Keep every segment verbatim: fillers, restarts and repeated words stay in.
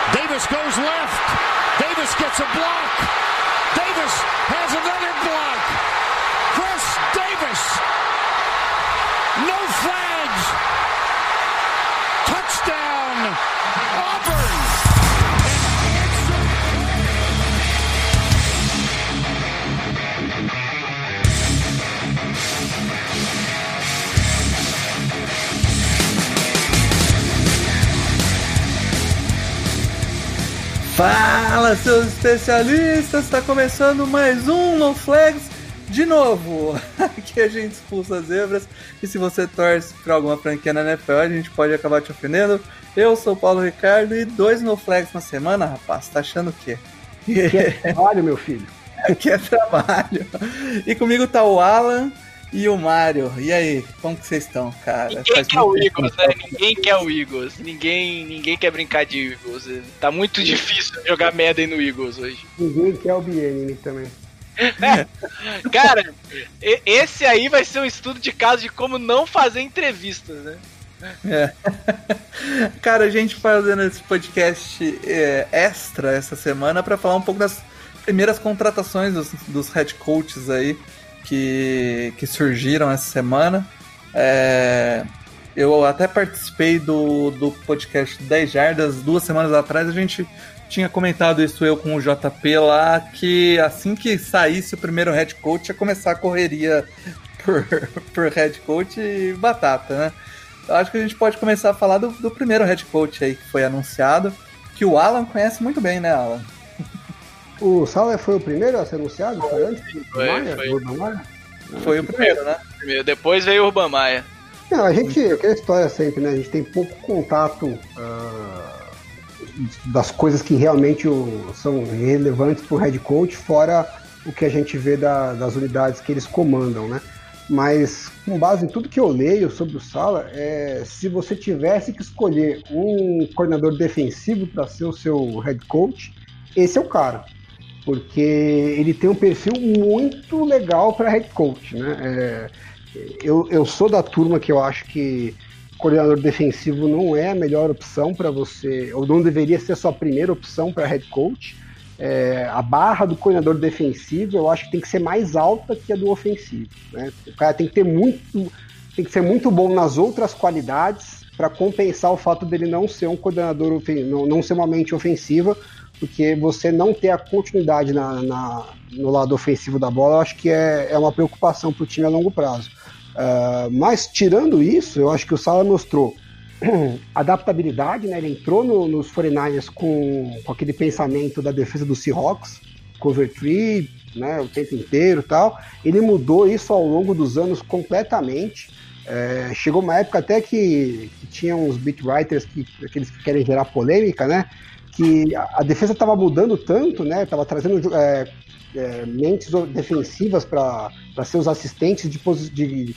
Davis goes left. Davis gets a block. Davis has another block. Chris Davis. No flags. Touchdown. Auburn. Fala, seus especialistas! Está começando mais um No Flags de novo. Aqui a gente expulsa as zebras e se você torce para alguma franquia na N F L, a gente pode acabar te ofendendo. Eu sou o Paulo Ricardo e dois No Flags na semana, rapaz. Tá achando o quê? Aqui é trabalho, meu filho. Aqui é trabalho. E comigo tá o Alan e o Mário. E aí, como que vocês estão, cara? Ninguém Faz quer o muito Eagles, tempo. né? Ninguém quer o Eagles. Ninguém, ninguém quer brincar de Eagles. Tá muito difícil jogar Madden no Eagles hoje. Ninguém quer o Biennium também. É. Cara, e- esse aí vai ser um estudo de caso de como não fazer entrevistas, né? É. Cara, a gente fazendo esse podcast é, extra essa semana para falar um pouco das primeiras contratações dos, dos head coaches aí que, que surgiram essa semana. É, eu até participei do, do podcast dez Jardas duas semanas atrás. A gente tinha comentado isso eu com o J P lá, que assim que saísse o primeiro head coach ia começar a correria por, por head coach e batata, né? Eu acho que a gente pode começar a falar do, do primeiro head coach aí que foi anunciado, que o Alan conhece muito bem, né, Alan? O Salah foi o primeiro a ser anunciado? Foi antes? Foi, Maia? foi. Do Urban Meyer? Foi o primeiro, né? Primeiro, depois veio o Urban Meyer. Não, a gente, aquela história sempre, né? A gente tem pouco contato ah, das coisas que realmente o- são relevantes para o head coach, fora o que a gente vê da- das unidades que eles comandam, né? Mas com base em tudo que eu leio sobre o Salah, é, se você tivesse que escolher um coordenador defensivo para ser o seu head coach, esse é o cara. Porque ele tem um perfil muito legal para head coach, né? É, eu, eu sou da turma que eu acho que coordenador defensivo não é a melhor opção para você, ou não deveria ser a sua primeira opção para head coach. É, a barra do coordenador defensivo eu acho que tem que ser mais alta que a do ofensivo, né? O cara tem que ter muito, tem que ser muito bom nas outras qualidades para compensar o fato dele não ser um coordenador ofen- não, não ser uma mente ofensiva, porque você não ter a continuidade na, na- no lado ofensivo da bola, eu acho que é, é uma preocupação para o time a longo prazo. Ah, mas tirando isso, eu acho que o Salah mostrou adaptabilidade, né? Ele entrou no, nos quarenta e nove com, com aquele pensamento da defesa do Seahawks, cover tree, né, o tempo inteiro e tal. Ele mudou isso ao longo dos anos completamente. É, chegou uma época até que, que tinha uns beat writers, que, aqueles que querem gerar polêmica, né? Que a, a defesa estava mudando tanto, né? Estava trazendo é, é, mentes defensivas para ser os assistentes de, posi- de,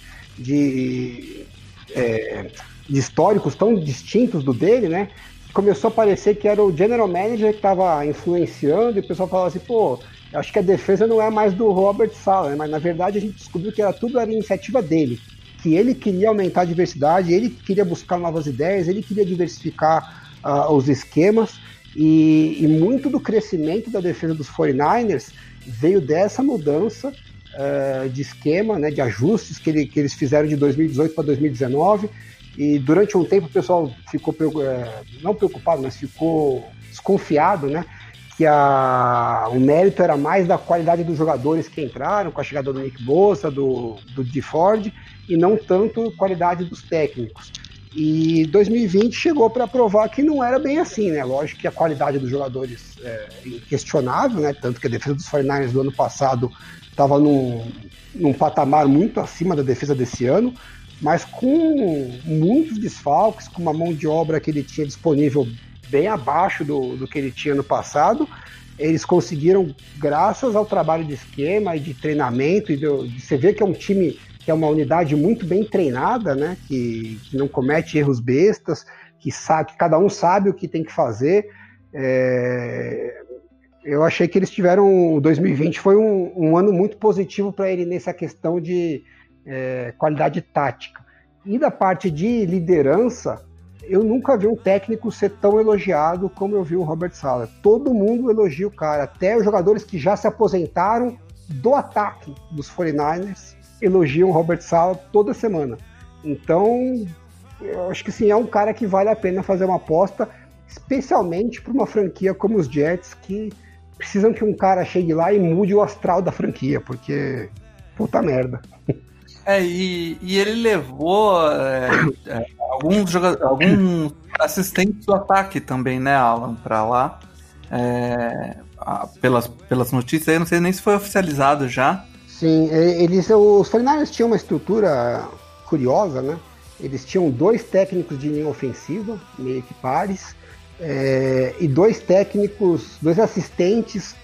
de, é, de históricos tão distintos do dele, né? Começou a parecer que era o general manager que estava influenciando, e o pessoal falava assim, pô, acho que a defesa não é mais do Robert Saleh, né? Mas na verdade a gente descobriu que era tudo era iniciativa dele, que ele queria aumentar a diversidade, ele queria buscar novas ideias, ele queria diversificar uh, os esquemas, e, e muito do crescimento da defesa dos quarenta e nove ers veio dessa mudança uh, de esquema, né, de ajustes que, ele, que eles fizeram de dois mil e dezoito para dois mil e dezenove, e durante um tempo o pessoal ficou, não preocupado, mas ficou desconfiado, né, que a, o mérito era mais da qualidade dos jogadores que entraram, com a chegada do Nick Bosa, do, do Dee Ford, e não tanto qualidade dos técnicos. E dois mil e vinte chegou para provar que não era bem assim, né? Lógico que a qualidade dos jogadores é inquestionável, né? Tanto que a defesa dos quarenta e nove ers do ano passado estava num, num patamar muito acima da defesa desse ano, mas com muitos desfalques, com uma mão de obra que ele tinha disponível bem abaixo do, do que ele tinha no passado, eles conseguiram, graças ao trabalho de esquema e de treinamento, e de, de você vê que é um time, que é uma unidade muito bem treinada, né, que, que não comete erros bestas, que, sabe, que cada um sabe o que tem que fazer. É, eu achei que eles tiveram, dois mil e vinte foi um, um ano muito positivo para ele nessa questão de é, qualidade tática. E da parte de liderança, eu nunca vi um técnico ser tão elogiado como eu vi o Robert Saleh. Todo mundo elogia o cara, até os jogadores que já se aposentaram do ataque dos forty-niners elogiam o Robert Saleh toda semana. Então, eu acho que sim, é um cara que vale a pena fazer uma aposta, especialmente para uma franquia como os Jets, que precisam que um cara chegue lá e mude o astral da franquia, porque puta merda. É, e, e ele levou é, é, alguns, jogadores, alguns assistentes do ataque também, né, Alan, pra lá. É, a, pelas, pelas notícias aí, não sei nem se foi oficializado já. Sim, eles, os forty-niners tinham uma estrutura curiosa, né? Eles tinham dois técnicos de linha ofensiva, meio que pares, é, e dois técnicos, dois assistentes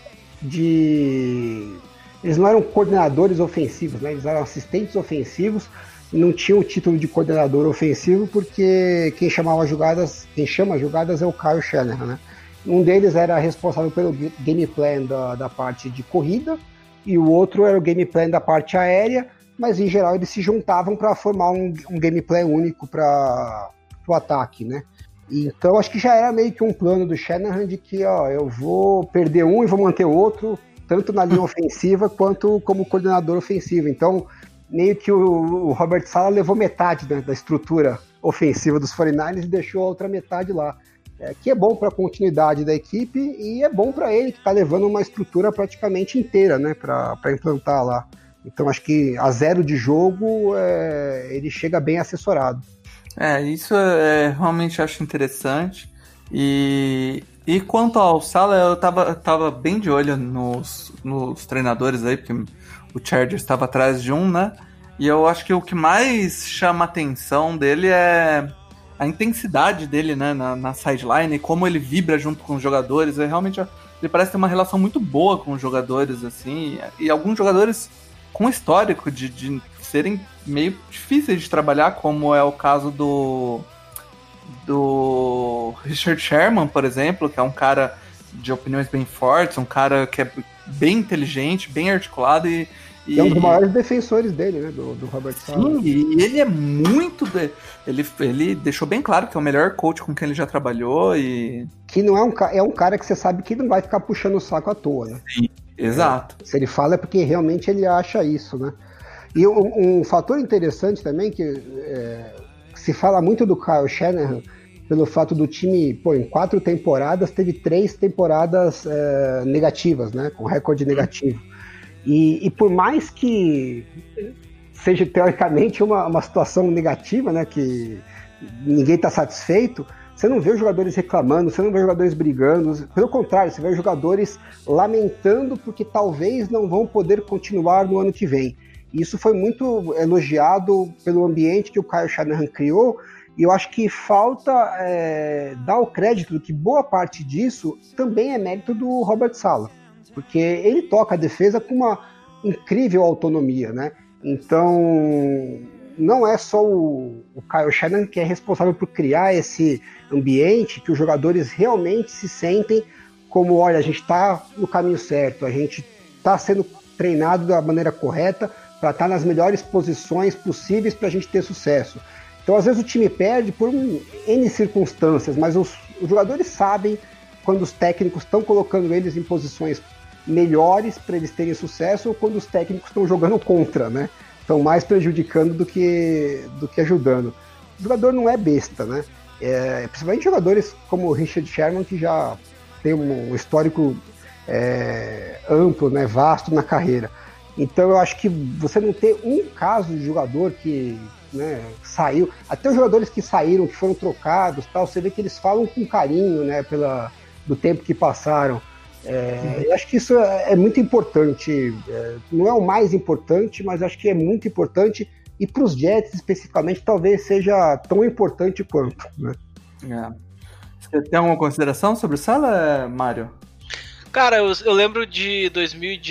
de... Eles não eram coordenadores ofensivos, né? Eles eram assistentes ofensivos e não tinham o título de coordenador ofensivo porque quem chamava jogadas, quem chama jogadas é o Kyle Shanahan, né? Um deles era responsável pelo game plan da, da parte de corrida e o outro era o game plan da parte aérea, mas em geral eles se juntavam para formar um, um game plan único para o ataque, né? Então acho que já era meio que um plano do Shanahan de que ó, eu vou perder um e vou manter o outro, tanto na linha ofensiva quanto como coordenador ofensivo. Então, meio que o, o Robert Saleh levou metade, né, da estrutura ofensiva dos forty-niners e deixou a outra metade lá. É, que é bom para a continuidade da equipe e é bom para ele, que está levando uma estrutura praticamente inteira, né, para implantar lá. Então, acho que a zero de jogo, é, ele chega bem assessorado. É, isso é, realmente acho interessante. E... E quanto ao Saleh, eu tava, tava bem de olho nos, nos treinadores aí, porque o Chargers estava atrás de um, né? E eu acho que o que mais chama a atenção dele é a intensidade dele, né, na, na sideline, e como ele vibra junto com os jogadores. É, realmente, ele parece ter uma relação muito boa com os jogadores, assim, e alguns jogadores com histórico de, de serem meio difíceis de trabalhar, como é o caso do... do Richard Sherman, por exemplo, que é um cara de opiniões bem fortes, um cara que é bem inteligente, bem articulado e... e... é um dos maiores defensores dele, né, do, do Robert Saleh. Sim, e ele é muito... De... Ele, ele deixou bem claro que é o melhor coach com quem ele já trabalhou e... Que não é um, é um cara que você sabe que não vai ficar puxando o saco à toa, né? Sim, exato. É, se ele fala é porque realmente ele acha isso, né? E um, um fator interessante também que... É, se fala muito do Kyle Shanahan pelo fato do time, pô, em quatro temporadas, teve três temporadas é, negativas, né, com recorde negativo. E, e por mais que seja teoricamente uma, uma situação negativa, né, que ninguém está satisfeito, você não vê os jogadores reclamando, você não vê os jogadores brigando, pelo contrário, você vê os jogadores lamentando porque talvez não vão poder continuar no ano que vem. Isso foi muito elogiado pelo ambiente que o Kyle Shanahan criou, e eu acho que falta é, dar o crédito de que boa parte disso também é mérito do Robert Saleh, porque ele toca a defesa com uma incrível autonomia, né? Então, não é só o, o Kyle Shanahan que é responsável por criar esse ambiente que os jogadores realmente se sentem como, olha, a gente está no caminho certo, a gente está sendo treinado da maneira correta para estar nas melhores posições possíveis para a gente ter sucesso. Então, às vezes o time perde por um, N circunstâncias, mas os, os jogadores sabem quando os técnicos estão colocando eles em posições melhores para eles terem sucesso ou quando os técnicos estão jogando contra, né? Estão mais prejudicando do que, do que ajudando. O jogador não é besta, né? É, principalmente jogadores como o Richard Sherman, que já tem um histórico é, amplo, né, vasto na carreira. Então eu acho que você não ter um caso de jogador que, né, saiu, até os jogadores que saíram, que foram trocados, tal, você vê que eles falam com carinho, né, pela, do tempo que passaram. É, eu acho que isso é, é muito importante, é, não é o mais importante, mas acho que é muito importante, e para os Jets especificamente talvez seja tão importante quanto, né? É. Você tem alguma consideração sobre o Saleh, Mário? Cara, eu, eu lembro de dois mil e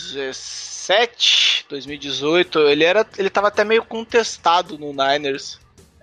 dezessete, dois mil e dezoito, ele era, ele tava até meio contestado no Niners.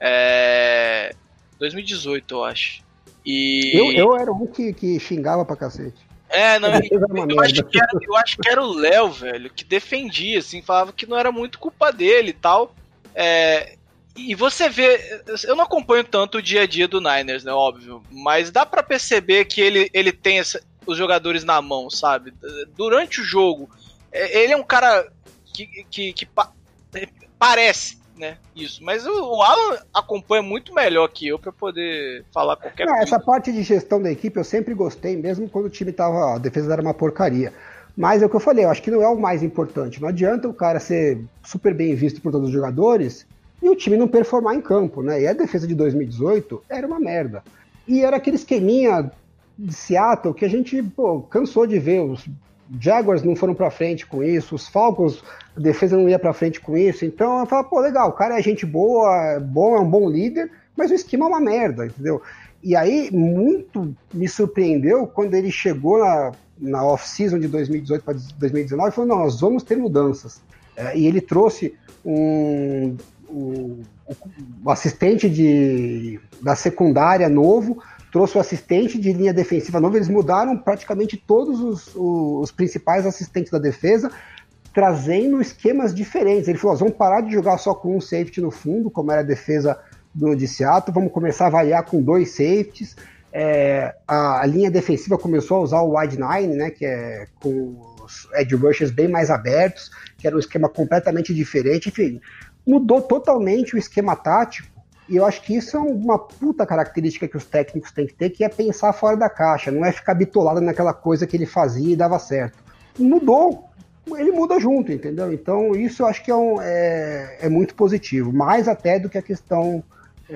É, dois mil e dezoito, eu acho. E... Eu, eu era um que, que xingava pra cacete. É, não, eu, eu, acho que era, eu acho que era o Léo, velho, que defendia, assim, falava que não era muito culpa dele e tal. É, E você vê, eu não acompanho tanto o dia a dia do Niners, né, óbvio, mas dá pra perceber que ele, ele tem essa, os jogadores na mão, sabe? Durante o jogo, ele é um cara que, que, que pa, parece, né, isso, mas o, o Alan acompanha muito melhor que eu pra poder falar qualquer não, coisa. Essa parte de gestão da equipe eu sempre gostei, mesmo quando o time tava, a defesa era uma porcaria. Mas é o que eu falei, eu acho que não é o mais importante. Não adianta o cara ser super bem visto por todos os jogadores e o time não performar em campo, né? E a defesa de dois mil e dezoito era uma merda. E era aquele esqueminha de Seattle que a gente, pô, cansou de ver. Os Jaguars não foram pra frente com isso, os Falcons, a defesa não ia pra frente com isso. Então eu falo, pô, legal, o cara é gente boa, é bom, é um bom líder, mas o esquema é uma merda, entendeu? E aí, muito me surpreendeu quando ele chegou na, na off-season de dois mil e dezoito para dois mil e dezenove e falou, não, nós vamos ter mudanças. É, e ele trouxe um... O, o assistente de, da secundária novo, trouxe o assistente de linha defensiva novo, eles mudaram praticamente todos os, os, os principais assistentes da defesa, trazendo esquemas diferentes. Ele falou, vamos parar de jogar só com um safety no fundo, como era a defesa do, de Seattle, vamos começar a variar com dois safeties. É, a, a linha defensiva começou a usar o wide nine, né, que é com os edge rushers bem mais abertos, que era um esquema completamente diferente, enfim, mudou totalmente o esquema tático, e eu acho que isso é uma puta característica que os técnicos têm que ter, que é pensar fora da caixa, não é ficar bitolado naquela coisa que ele fazia e dava certo. Mudou, ele muda junto, entendeu? Então isso eu acho que é, um, é, é muito positivo, mais até do que a questão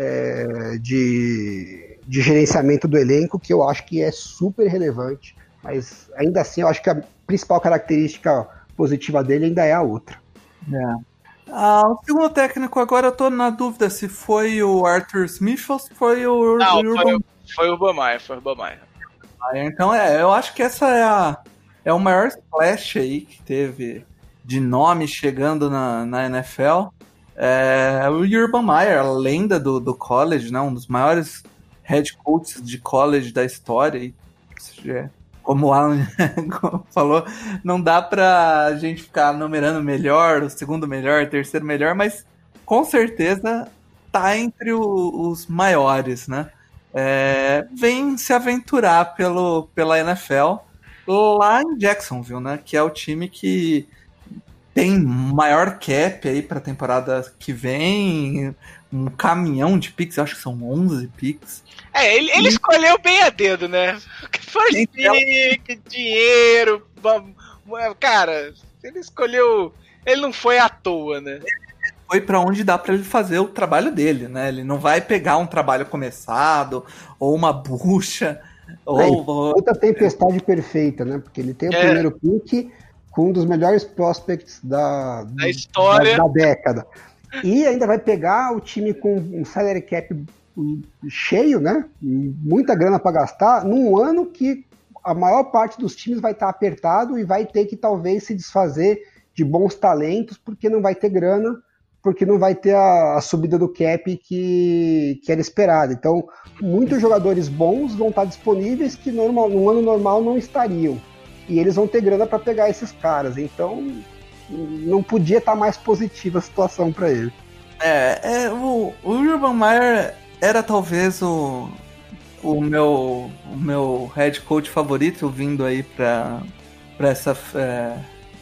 é, de, de gerenciamento do elenco, que eu acho que é super relevante, mas ainda assim eu acho que a principal característica positiva dele ainda é a outra. É. Ah, o segundo técnico agora eu tô na dúvida se foi o Arthur Smith ou se foi o Não, Urban foi, foi o Urban Meyer, foi o Urban Meyer. Então é, eu acho que essa é, a, é o maior splash aí que teve de nome chegando na, na N F L. É, o Urban Meyer, a lenda do, do college, né, um dos maiores head coaches de college da história. E, como o Alan falou, não dá pra gente ficar numerando melhor, o segundo melhor, o terceiro melhor, mas com certeza tá entre o, os maiores, né? É, vem se aventurar pelo, pela N F L lá em Jacksonville, né? Que é o time que tem maior cap aí pra temporada que vem, um caminhão de picks, eu acho que são onze picks. É, ele, ele escolheu bem a dedo, né? First pick, dinheiro, cara, ele escolheu, ele não foi à toa, né? Foi pra onde dá pra ele fazer o trabalho dele, né? Ele não vai pegar um trabalho começado, ou uma bucha, ou... Outra tempestade perfeita, né? Porque ele tem o é. primeiro pick com um dos melhores prospects da, da história da, da década. E ainda vai pegar o time com um salary cap cheio, né? Muita grana para gastar, num ano que a maior parte dos times vai estar apertado e vai ter que talvez se desfazer de bons talentos, porque não vai ter grana, porque não vai ter a, a subida do cap que, que era esperada. Então, muitos jogadores bons vão estar disponíveis que normal, no ano normal não estariam. E eles vão ter grana para pegar esses caras. Então, não podia estar mais positiva a situação para ele. É, é o, o Urban Meyer era talvez o, o, meu, o meu head coach favorito vindo aí para essa é,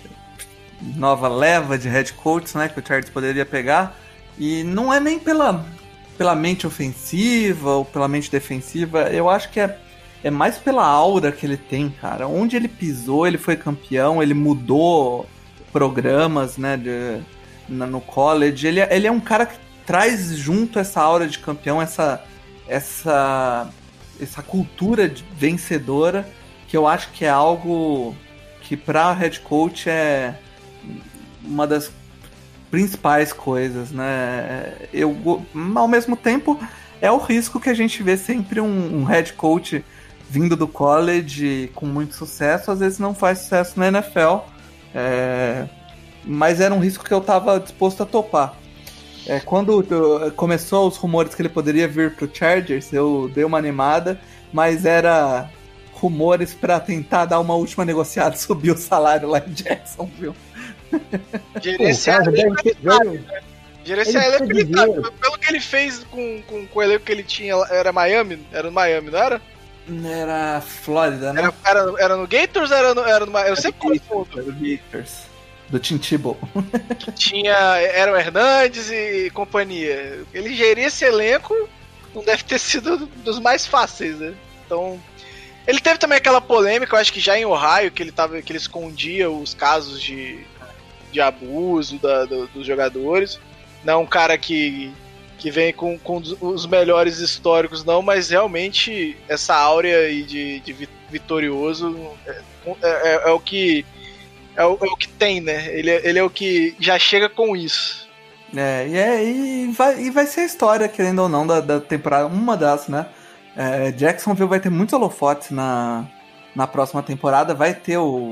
nova leva de head coaches, né, que o Chargers poderia pegar. E não é nem pela, pela mente ofensiva ou pela mente defensiva, eu acho que é, é mais pela aura que ele tem, cara. Onde ele pisou, ele foi campeão, ele mudou programas, né, de, na, no college. Ele, ele é um cara que traz junto essa aura de campeão, essa, essa, essa cultura de vencedora, que eu acho que é algo que para head coach é uma das principais coisas, né? Eu, ao mesmo tempo, é o risco que a gente vê sempre um, um head coach vindo do college com muito sucesso, às vezes não faz sucesso na N F L, é, mas era um risco que eu estava disposto a topar. É, quando começou os rumores que ele poderia vir pro Chargers, eu dei uma animada, mas era rumores para tentar dar uma última negociada e subir o salário lá em Jacksonville. Gerenciamento, Gerenciar elenco ele tá. Pelo que ele fez com, com, com o elenco que ele tinha, era Miami? Era no Miami, não era? Era Flórida, né? Era, era, era no Gators ou era no, era no Eu era sempre confundo. Era no Gators. Do Tim Tebow. Que tinha. Era o Hernandes e companhia. Ele gerir esse elenco não deve ter sido dos mais fáceis, né? Então. Ele teve também aquela polêmica, eu acho que já em Ohio, que ele, tava, que ele escondia os casos de, de abuso da, do, dos jogadores. Não um cara que, que vem com, com os melhores históricos, não, mas realmente essa áurea aí de, de vitorioso é, é, é o que é o, é o que tem, né? Ele, ele é o que já chega com isso. É, e, é, e, vai, e vai ser a história, querendo ou não, da, da temporada, uma das, né? É, Jacksonville vai ter muitos holofotes na, na próxima temporada, vai ter o,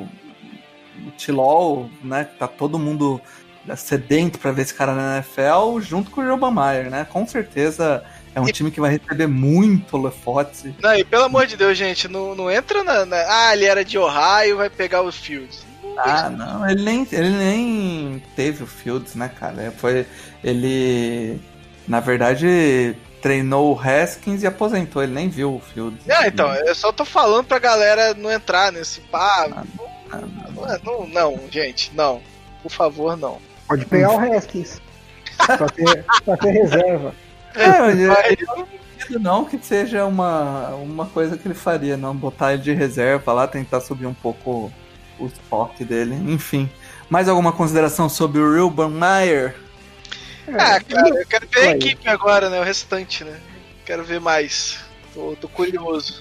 o T-Law, né? Que tá todo mundo sedento pra ver esse cara na N F L, junto com o Urban Meyer, né? Com certeza é um e... time que vai receber muito holofote. Não, e pelo amor de Deus, gente, não, não entra na, na... Ah, ele era de Ohio, vai pegar o Fields. Ah, não, ele nem, ele nem teve o Fields, né, cara? Foi, ele, na verdade, treinou o Haskins e aposentou, ele nem viu o Fields. Não, então, eu só tô falando pra galera não entrar nesse pá. Ah, não, não, não, não, gente, não. Por favor, não. Pode pegar o Haskins. Pra ter, pra ter reserva. É, eu, eu, eu não duvido não que seja uma, uma coisa que ele faria, não botar ele de reserva lá, tentar subir um pouco o spot dele, enfim. Mais alguma consideração sobre o Urban Meyer? Ah, cara, eu quero ver a equipe agora, né? O restante, né? Quero ver mais. Tô, tô curioso.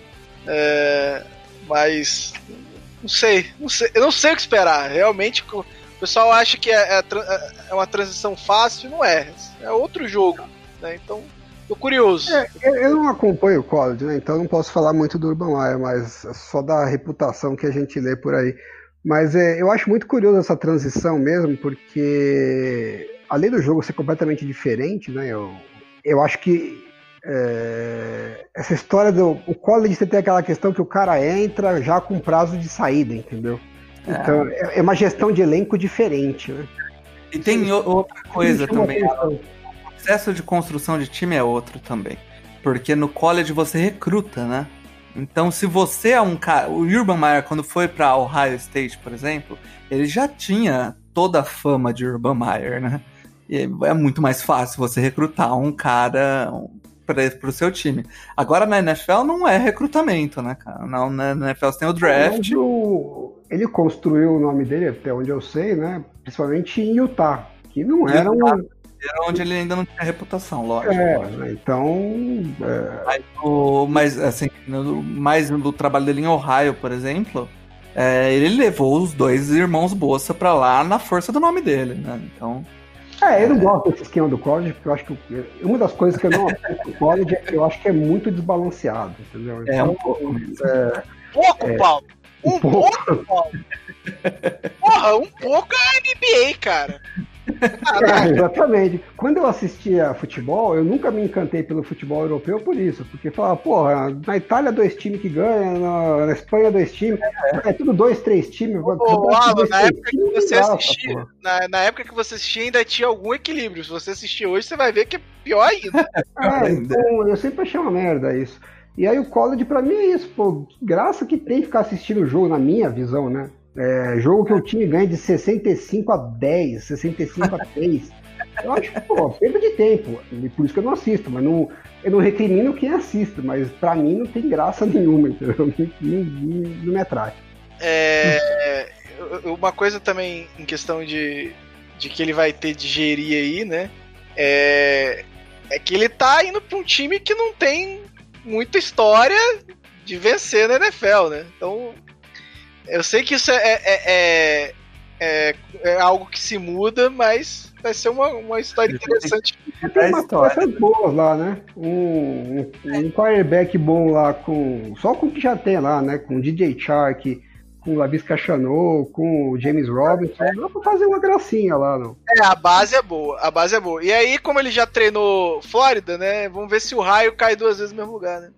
É, mas não sei, não sei, eu não sei o que esperar. Realmente, o pessoal acha que é, é uma transição fácil, não é. É outro jogo, né? Então, tô curioso. É, eu não acompanho o college, né? Então não posso falar muito do Urban Meyer, mas só da reputação que a gente lê por aí. Mas é, eu acho muito curioso essa transição mesmo, porque além do jogo ser completamente diferente, né? Eu, eu acho que é, essa história do o college, você tem aquela questão que o cara entra já com prazo de saída, entendeu? Então é, é uma gestão de elenco diferente, né? E tem o, outra coisa também. O processo de construção de time é outro também, porque no college você recruta, né? Então, se você é um cara... O Urban Meyer, quando foi para Ohio State, por exemplo, ele já tinha toda a fama de Urban Meyer, né? E é muito mais fácil você recrutar um cara para o seu time. Agora, na N F L, não é recrutamento, né, cara? Não, na N F L você tem o draft. O... Ele construiu o nome dele, até onde eu sei, né? Principalmente em Utah, que não era um... Era onde ele ainda não tinha reputação, lógico. É, lógico. Então... É... Mas, o, mas, assim, no, mais no trabalho dele em Ohio, por exemplo, é, ele levou os dois irmãos Bossa pra lá na força do nome dele, né? Então... É, eu não é... gosto desse esquema do college, porque eu acho que... Uma das coisas que eu não aprecio do college é que eu acho que é muito desbalanceado, entendeu? Então, é, um pouco mesmo. É, pouco, é, Paulo! Um, um pouco, pouco Paulo! Porra, um pouco é N B A, cara! É, exatamente. Quando eu assistia futebol, eu nunca me encantei pelo futebol europeu por isso, porque falava, porra, na Itália dois times que ganham, na, na Espanha dois times, é, é tudo dois, três times. Ô, Alan, na época que você assistia, na, na época que você assistia ainda tinha algum equilíbrio. Se você assistir hoje, você vai ver que é pior ainda. É, então eu sempre achei uma merda isso. E aí o college pra mim é isso, pô, graça que tem ficar assistindo o jogo, na minha visão, né? É, jogo que o time ganha de sessenta e cinco a dez, sessenta e cinco a três. Eu acho, pô, perda de tempo. E por isso que eu não assisto, mas não, eu não recrimino quem assiste, mas pra mim não tem graça nenhuma, entendeu? Não, não, não me atrai. É, uma coisa também em questão de, de que ele vai ter de gerir aí, né? É, é que ele tá indo pra um time que não tem muita história de vencer na N F L, né? Então. Eu sei que isso é, é, é, é, é algo que se muda, mas vai ser uma, uma história interessante. Tem umas coisas boas lá, né? Um, um, um quarterback bom lá, com só com o que já tem lá, né? Com o D J Chark, com o Laviska Shenault, com o James Robinson. Dá pra fazer uma gracinha lá, não? É, a base é boa, a base é boa. E aí, como ele já treinou Flórida, né? Vamos ver se o raio cai duas vezes no mesmo lugar, né?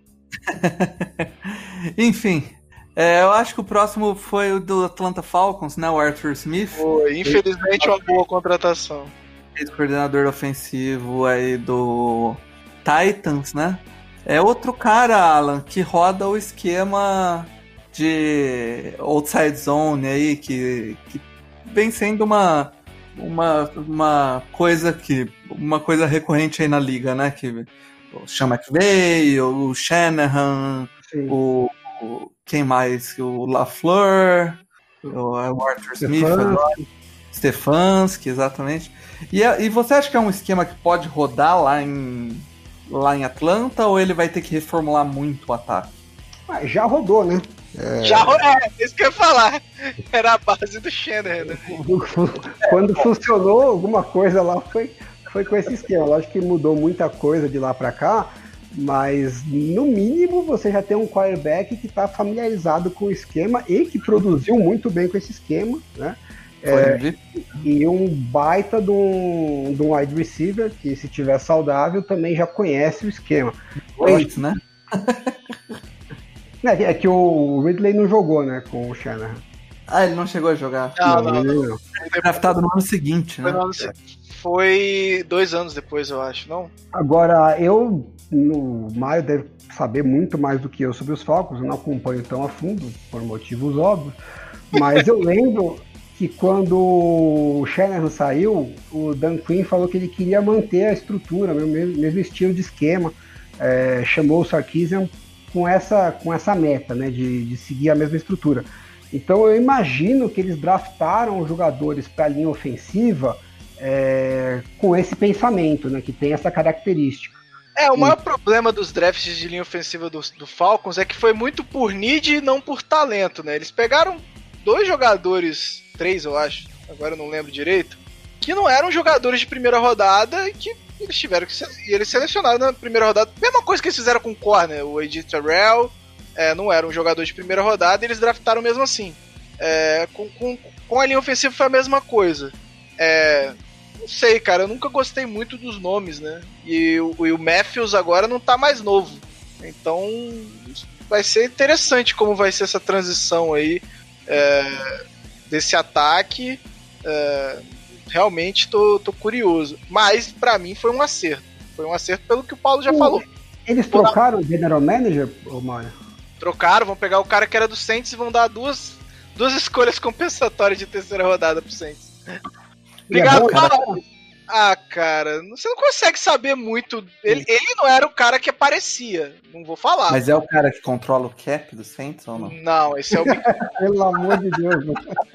Enfim... É, eu acho que o próximo foi o do Atlanta Falcons, né? O Arthur Smith. Foi, infelizmente, uma boa contratação. ex-coordenador ofensivo aí do Titans, né? É outro cara, Alan, que roda o esquema de outside zone aí, que, que vem sendo uma, uma, uma coisa que uma coisa recorrente aí na liga, né? Que o Sean McVay, o Shanahan, o, o quem mais? O LaFleur, o Arthur Smith, agora, Stefanski, exatamente. E, e você acha que é um esquema que pode rodar lá em lá em Atlanta, ou ele vai ter que reformular muito o ataque? Ah, já rodou, né? É... Já é, isso que eu ia falar. Era a base do Shanahan, né? Quando funcionou alguma coisa lá, foi, foi com esse esquema. Lógico que mudou muita coisa de lá pra cá, mas no mínimo você já tem um quarterback que está familiarizado com o esquema e que produziu muito bem com esse esquema, né? É, e um baita de um, de um wide receiver que, se tiver saudável, também já conhece o esquema. Wait, né? É, é que o Ridley não jogou, né, com o Shanahan. Ah, ele não chegou a jogar? Não, não, não. não. Ele foi draftado no ano seguinte, né? Foi, foi dois anos depois, eu acho, não? Agora, eu, no Mário deve saber muito mais do que eu sobre os Falcons, eu não acompanho tão a fundo, por motivos óbvios, mas eu lembro que quando o Shanahan saiu, o Dan Quinn falou que ele queria manter a estrutura, o mesmo, mesmo estilo de esquema, é, chamou o Sarkisian com essa, com essa meta, né, de, de seguir a mesma estrutura. Então eu imagino que eles draftaram jogadores para a linha ofensiva é, com esse pensamento, né, que tem essa característica. É, o maior e... problema dos drafts de linha ofensiva do, do Falcons é que foi muito por need e não por talento, né? Eles pegaram dois jogadores, três eu acho, agora eu não lembro direito, que não eram jogadores de primeira rodada e que eles tiveram que ser, e eles selecionaram na primeira rodada. Mesma coisa que eles fizeram com o corner, o A J Terrell, é, não era um jogador de primeira rodada e eles draftaram mesmo assim. É, com, com, com a linha ofensiva foi a mesma coisa. É, não sei, cara, eu nunca gostei muito dos nomes, né? E o, e o Matthews agora não tá mais novo. Então vai ser interessante como vai ser essa transição aí. É, desse ataque, é, realmente tô, tô curioso, mas pra mim foi um acerto, foi um acerto pelo que o Paulo já Sim, falou. Eles trocaram o general manager, ô Mário? Trocaram, vão pegar o cara que era do Saints e vão dar duas, duas escolhas compensatórias de terceira rodada pro Saints. Obrigado, é cara. Ah, cara, você não consegue saber muito. Ele, ele não era o cara que aparecia, não vou falar. Mas é o cara que controla o cap do Saints ou não? Não, esse é o Mickey. Pelo amor de Deus.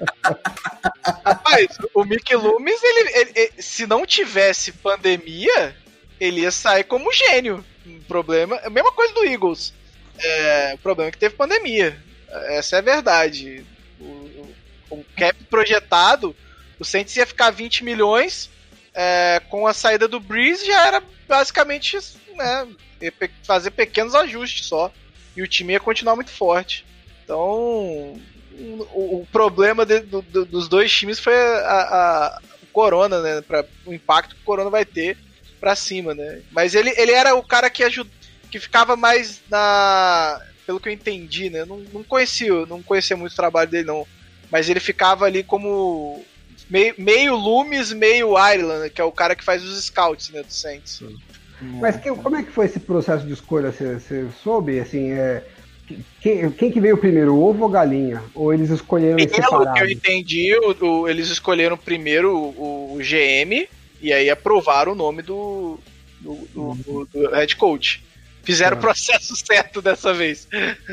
Rapaz, o Mickey Loomis, ele, ele, ele, se não tivesse pandemia, ele ia sair como gênio. O problema, a mesma coisa do Eagles. É, o problema é que teve pandemia. Essa é a verdade. O, o, o cap projetado, o Saints ia ficar vinte milhões. É, com a saída do Breeze já era basicamente, né, fazer pequenos ajustes só e o time ia continuar muito forte. Então o, o problema de, do, do, dos dois times foi a, a, o Corona, né, pra, o impacto que o Corona vai ter pra cima, né? Mas ele, ele era o cara que, ajud, que ficava mais na, pelo que eu entendi, né, não, não conhecia não conhecia muito o trabalho dele não, mas ele ficava ali como Meio, meio Loomis, meio Ireland, que é o cara que faz os scouts, né, do Saints. Mas que, como é que foi esse processo de escolha? Você, você soube, assim, é, quem, quem que veio primeiro, o ovo ou galinha? Ou eles escolheram em separado? Pelo que eu entendi, o, o, eles escolheram primeiro o, o G M e aí aprovaram o nome do, do, do, do, do head coach. Fizeram o processo certo dessa vez.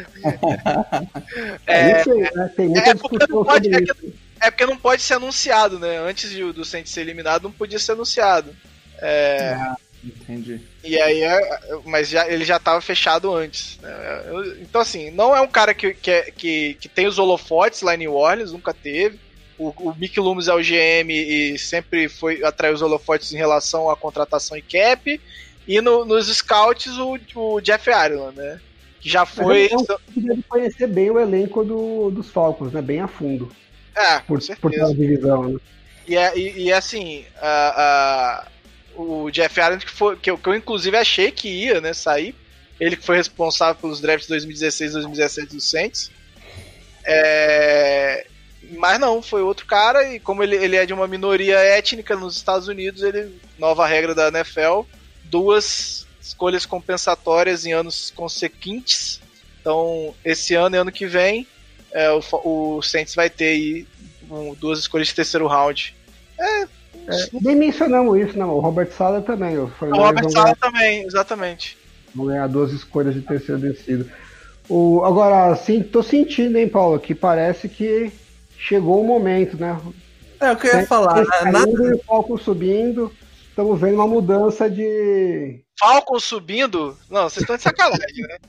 é, isso aí, né? Tem muita é, discussão pode, sobre é isso. Que, É porque não pode ser anunciado, né? Antes de, do Saints ser eliminado, não podia ser anunciado. É... Ah, entendi. E aí, mas já, ele já estava fechado antes. Né? Então, assim, não é um cara que, que, que, que tem os holofotes lá em New Orleans, nunca teve. O, o Mickey Loomis é o G M e sempre foi atrair os holofotes em relação à contratação e cap. E no, nos scouts, o, o Jeff Ireland, né? Que já foi. Mas ele deve conhecer bem o elenco do, dos Falcons, né? Bem a fundo. É, por, certeza. por causa da divisão, né? E, e, e assim, uh, uh, o Jeff Allen, que, foi, que, eu, que eu inclusive achei que ia, né, sair, ele que foi responsável pelos drafts dois mil e dezesseis e dois mil e dezessete do Saints, é, Mas não, foi outro cara, e como ele, ele é de uma minoria étnica nos Estados Unidos, ele, nova regra da N F L, duas escolhas compensatórias em anos consequentes. Então, esse ano e ano que vem, é, o, o Saints vai ter aí um, duas escolhas de terceiro round. É, é, nem mencionamos isso, não. O Robert Saleh também. O, o Robert Saleh também, exatamente. Vão ganhar duas escolhas de terceiro descido. O, agora, sim, tô sentindo, hein, Paulo, que parece que chegou o momento, né? É o que eu ia falar. Né? Nada... O Falcon subindo, estamos vendo uma mudança de... Falcon subindo? Não, vocês estão de sacanagem, né?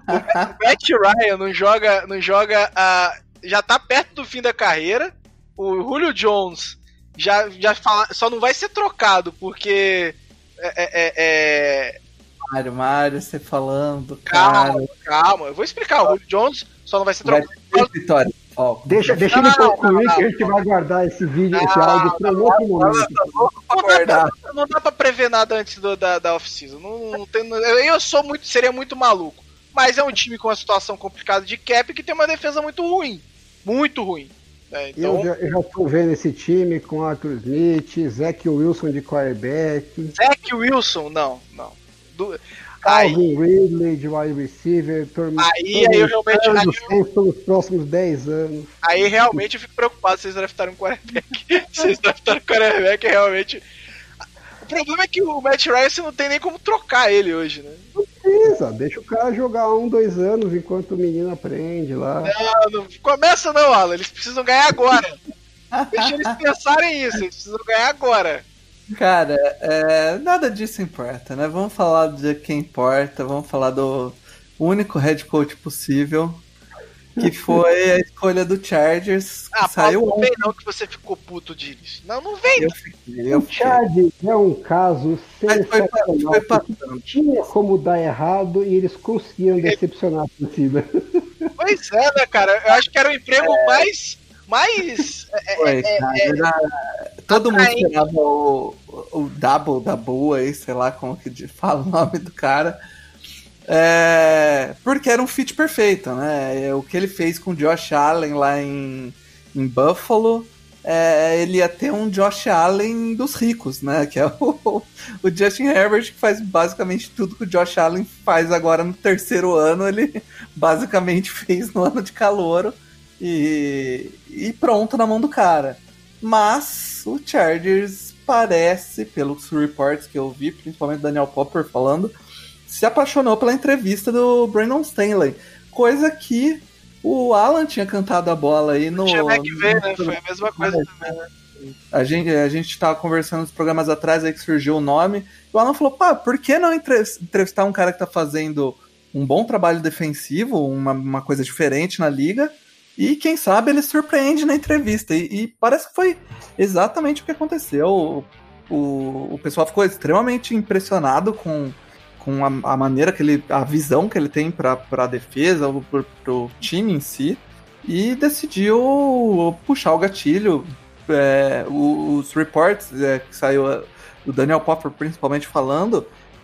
O Matt Ryan não joga, não joga a, já tá perto do fim da carreira. O Julio Jones já, já fala, só não vai ser trocado porque é, é, é... Mário, Mário, você falando, cara. Calma, calma, eu vou explicar. O Julio Jones só não vai ser trocado. Vai ter vitória. Oh. Deixa, deixa ele concluir que a gente vai guardar esse vídeo, não, esse áudio para um outro momento. Não, não, dá, não dá pra prever nada antes do, da, da off-season. Não, não tem, eu sou muito, seria muito maluco. Mas é um time com uma situação complicada de cap que tem uma defesa muito ruim. Muito ruim. É, então... eu, já, eu já tô vendo esse time com Arthur Smith, Zach Wilson de quarterback. Zach Wilson, não, não. Do... Calvin Ridley de wide receiver. Aí, aí eu realmente. Aí eu... pelos próximos dez anos. Aí realmente eu fico preocupado se vocês draftaram um quarterback. Se vocês draftaram um quarterback, realmente. O problema é que o Matt Ryan você não tem nem como trocar ele hoje, né? Não precisa, deixa o cara jogar um, dois anos enquanto o menino aprende lá. Não, não começa não, Alan. Eles precisam ganhar agora. Deixa eles pensarem isso, eles precisam ganhar agora. Cara, é, nada disso importa, né? Vamos falar de quem importa, vamos falar do único head coach possível, que foi a escolha do Chargers. Ah, saiu Paulo, não vem não que você ficou puto disso. Não, não vem. Eu fiquei, eu o Chargers é um caso sensacional. Foi, foi tinha como dar errado e eles conseguiram decepcionar a torcida. Pois é, né, cara? Eu acho que era o emprego é... mais... mais foi, é, cara, é, era... Todo mundo esperava o, o Double da boa aí, sei lá como que fala o nome do cara. É, porque era um fit perfeito, né? O que ele fez com o Josh Allen lá em, em Buffalo, é, ele ia ter um Josh Allen dos ricos, né? Que é o, o Justin Herbert, que faz basicamente tudo que o Josh Allen faz agora no terceiro ano, ele basicamente fez no ano de calouro e, e pronto na mão do cara. Mas o Chargers parece, pelos reports que eu vi, principalmente Daniel Popper falando, se apaixonou pela entrevista do Brandon Staley, coisa que o Alan tinha cantado a bola aí no... Tinha que ver, né? Foi a mesma coisa também, né? A gente, a gente tava conversando nos programas atrás aí que surgiu o nome, e o Alan falou, pá, por que não entrevistar um cara que tá fazendo um bom trabalho defensivo, uma, uma coisa diferente na liga, e quem sabe ele surpreende na entrevista. E, e parece que foi exatamente o que aconteceu. O, o, o pessoal ficou extremamente impressionado com, com a, a maneira que ele... a visão que ele tem para a defesa, para o time em si, e decidiu puxar o gatilho. É, os reports é, que saiu, o Daniel Popper principalmente falando,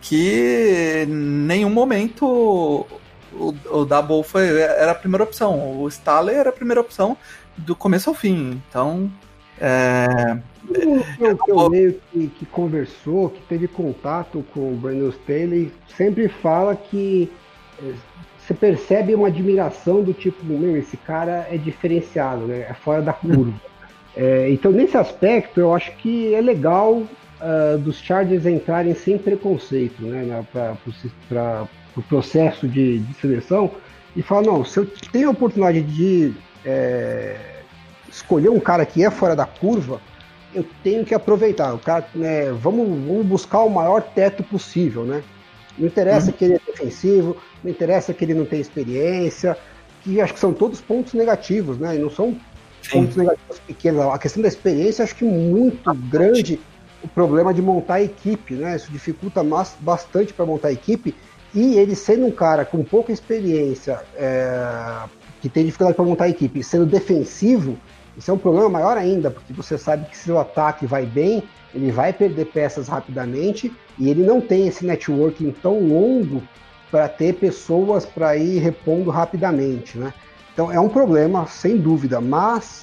que em nenhum momento... O, o Double foi, era a primeira opção. O Staley era a primeira opção do começo ao fim. Então, é... O que eu meio que, que conversou, que teve contato com o Brandon Staley, sempre fala que é, você percebe uma admiração do tipo, meu, esse cara é diferenciado, né? É fora da curva. É, então, nesse aspecto, eu acho que é legal uh, dos Chargers entrarem sem preconceito, né? Para o processo de, de seleção e falar, não, se eu tenho a oportunidade de é, escolher um cara que é fora da curva, eu tenho que aproveitar. O cara, né, vamos, vamos buscar o maior teto possível, né? Não interessa uhum. que ele é defensivo, não interessa que ele não tem experiência, que acho que são todos pontos negativos, né? E não são Sim. pontos negativos pequenos. A questão da experiência, acho que muito grande o problema de montar a equipe, né? Isso dificulta bastante para montar a equipe. E ele sendo um cara com pouca experiência, é, que tem dificuldade para montar a equipe, sendo defensivo, isso é um problema maior ainda, porque você sabe que se o ataque vai bem, ele vai perder peças rapidamente, e ele não tem esse networking tão longo para ter pessoas para ir repondo rapidamente, né? Então é um problema, sem dúvida, mas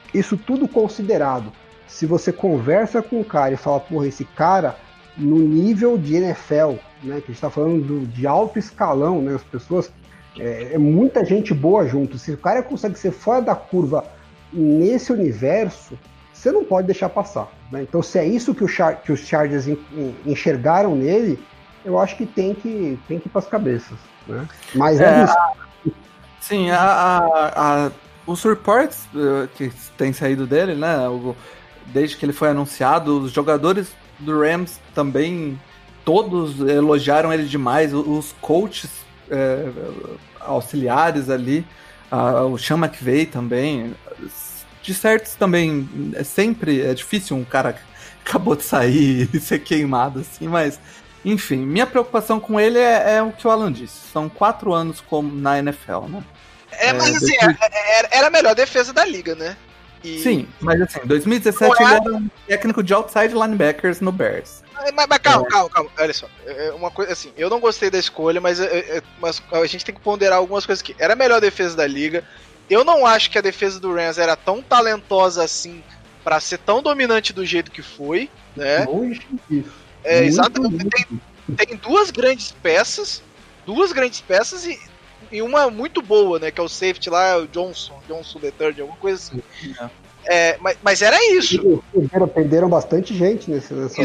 isso tudo considerado, se você conversa com o cara e fala, porra, esse cara, no nível de N F L, né, que a gente tá falando do, de alto escalão, né, as pessoas, é, é muita gente boa junto, se o cara consegue ser fora da curva nesse universo, você não pode deixar passar, né? Então, se é isso que, o Char- que os Chargers enxergaram nele, eu acho que tem que, tem que ir para as cabeças, né? Mas é, é isso. A, sim, a, a, a, os reports uh, que tem saído dele, né? O, desde que ele foi anunciado, os jogadores do Rams também, todos elogiaram ele demais. Os coaches é, auxiliares ali, a, o Sean McVay também. De certos também, é sempre é difícil um cara que acabou de sair e ser queimado assim, mas enfim, minha preocupação com ele é, é o que o Alan disse, são quatro anos como na N F L, né? É, mas é, assim, depois... era a melhor defesa da liga, né? E... Sim, mas assim, em dois mil e dezessete ele era um técnico de outside linebackers no Bears. Mas, mas calma, é. calma, calma, olha só, uma coisa assim, eu não gostei da escolha, mas, mas a gente tem que ponderar algumas coisas aqui. Era a melhor defesa da liga. Eu não acho que a defesa do Rams era tão talentosa assim pra ser tão dominante do jeito que foi, né? Longe disso. É, exatamente. Tem, tem duas grandes peças, duas grandes peças e, e uma muito boa, né? Que é o safety lá, o Johnson, Johnson the Third, alguma coisa assim. É. É, mas, mas era isso. Perderam, perderam bastante gente nesse, nessa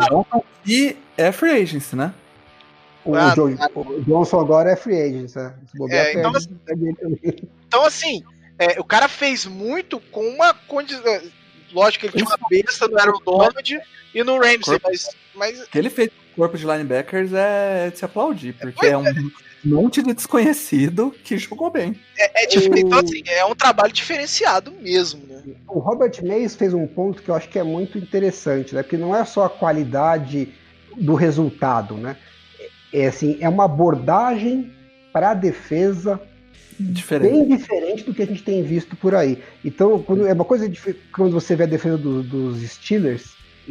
E é free agency, né? O, ah, Joe, ah, o Johnson agora é free agent, né? É, então, assim, então, assim, é, o cara fez muito com uma condição. Lógico que ele tinha uma besta no Aaron Donald e no Ramsey, mas, mas. O que ele fez com o corpo de linebackers é de se aplaudir, porque é, é um monte de desconhecido que jogou bem. É, é dif... o... Então, assim, é um trabalho diferenciado mesmo, né? O Robert Mays fez um ponto que eu acho que é muito interessante, né? Porque não é só a qualidade do resultado, né? É, assim, é uma abordagem para a defesa diferente. Bem diferente do que a gente tem visto por aí. Então, quando, é uma coisa dif- quando você vê a defesa do, dos Steelers,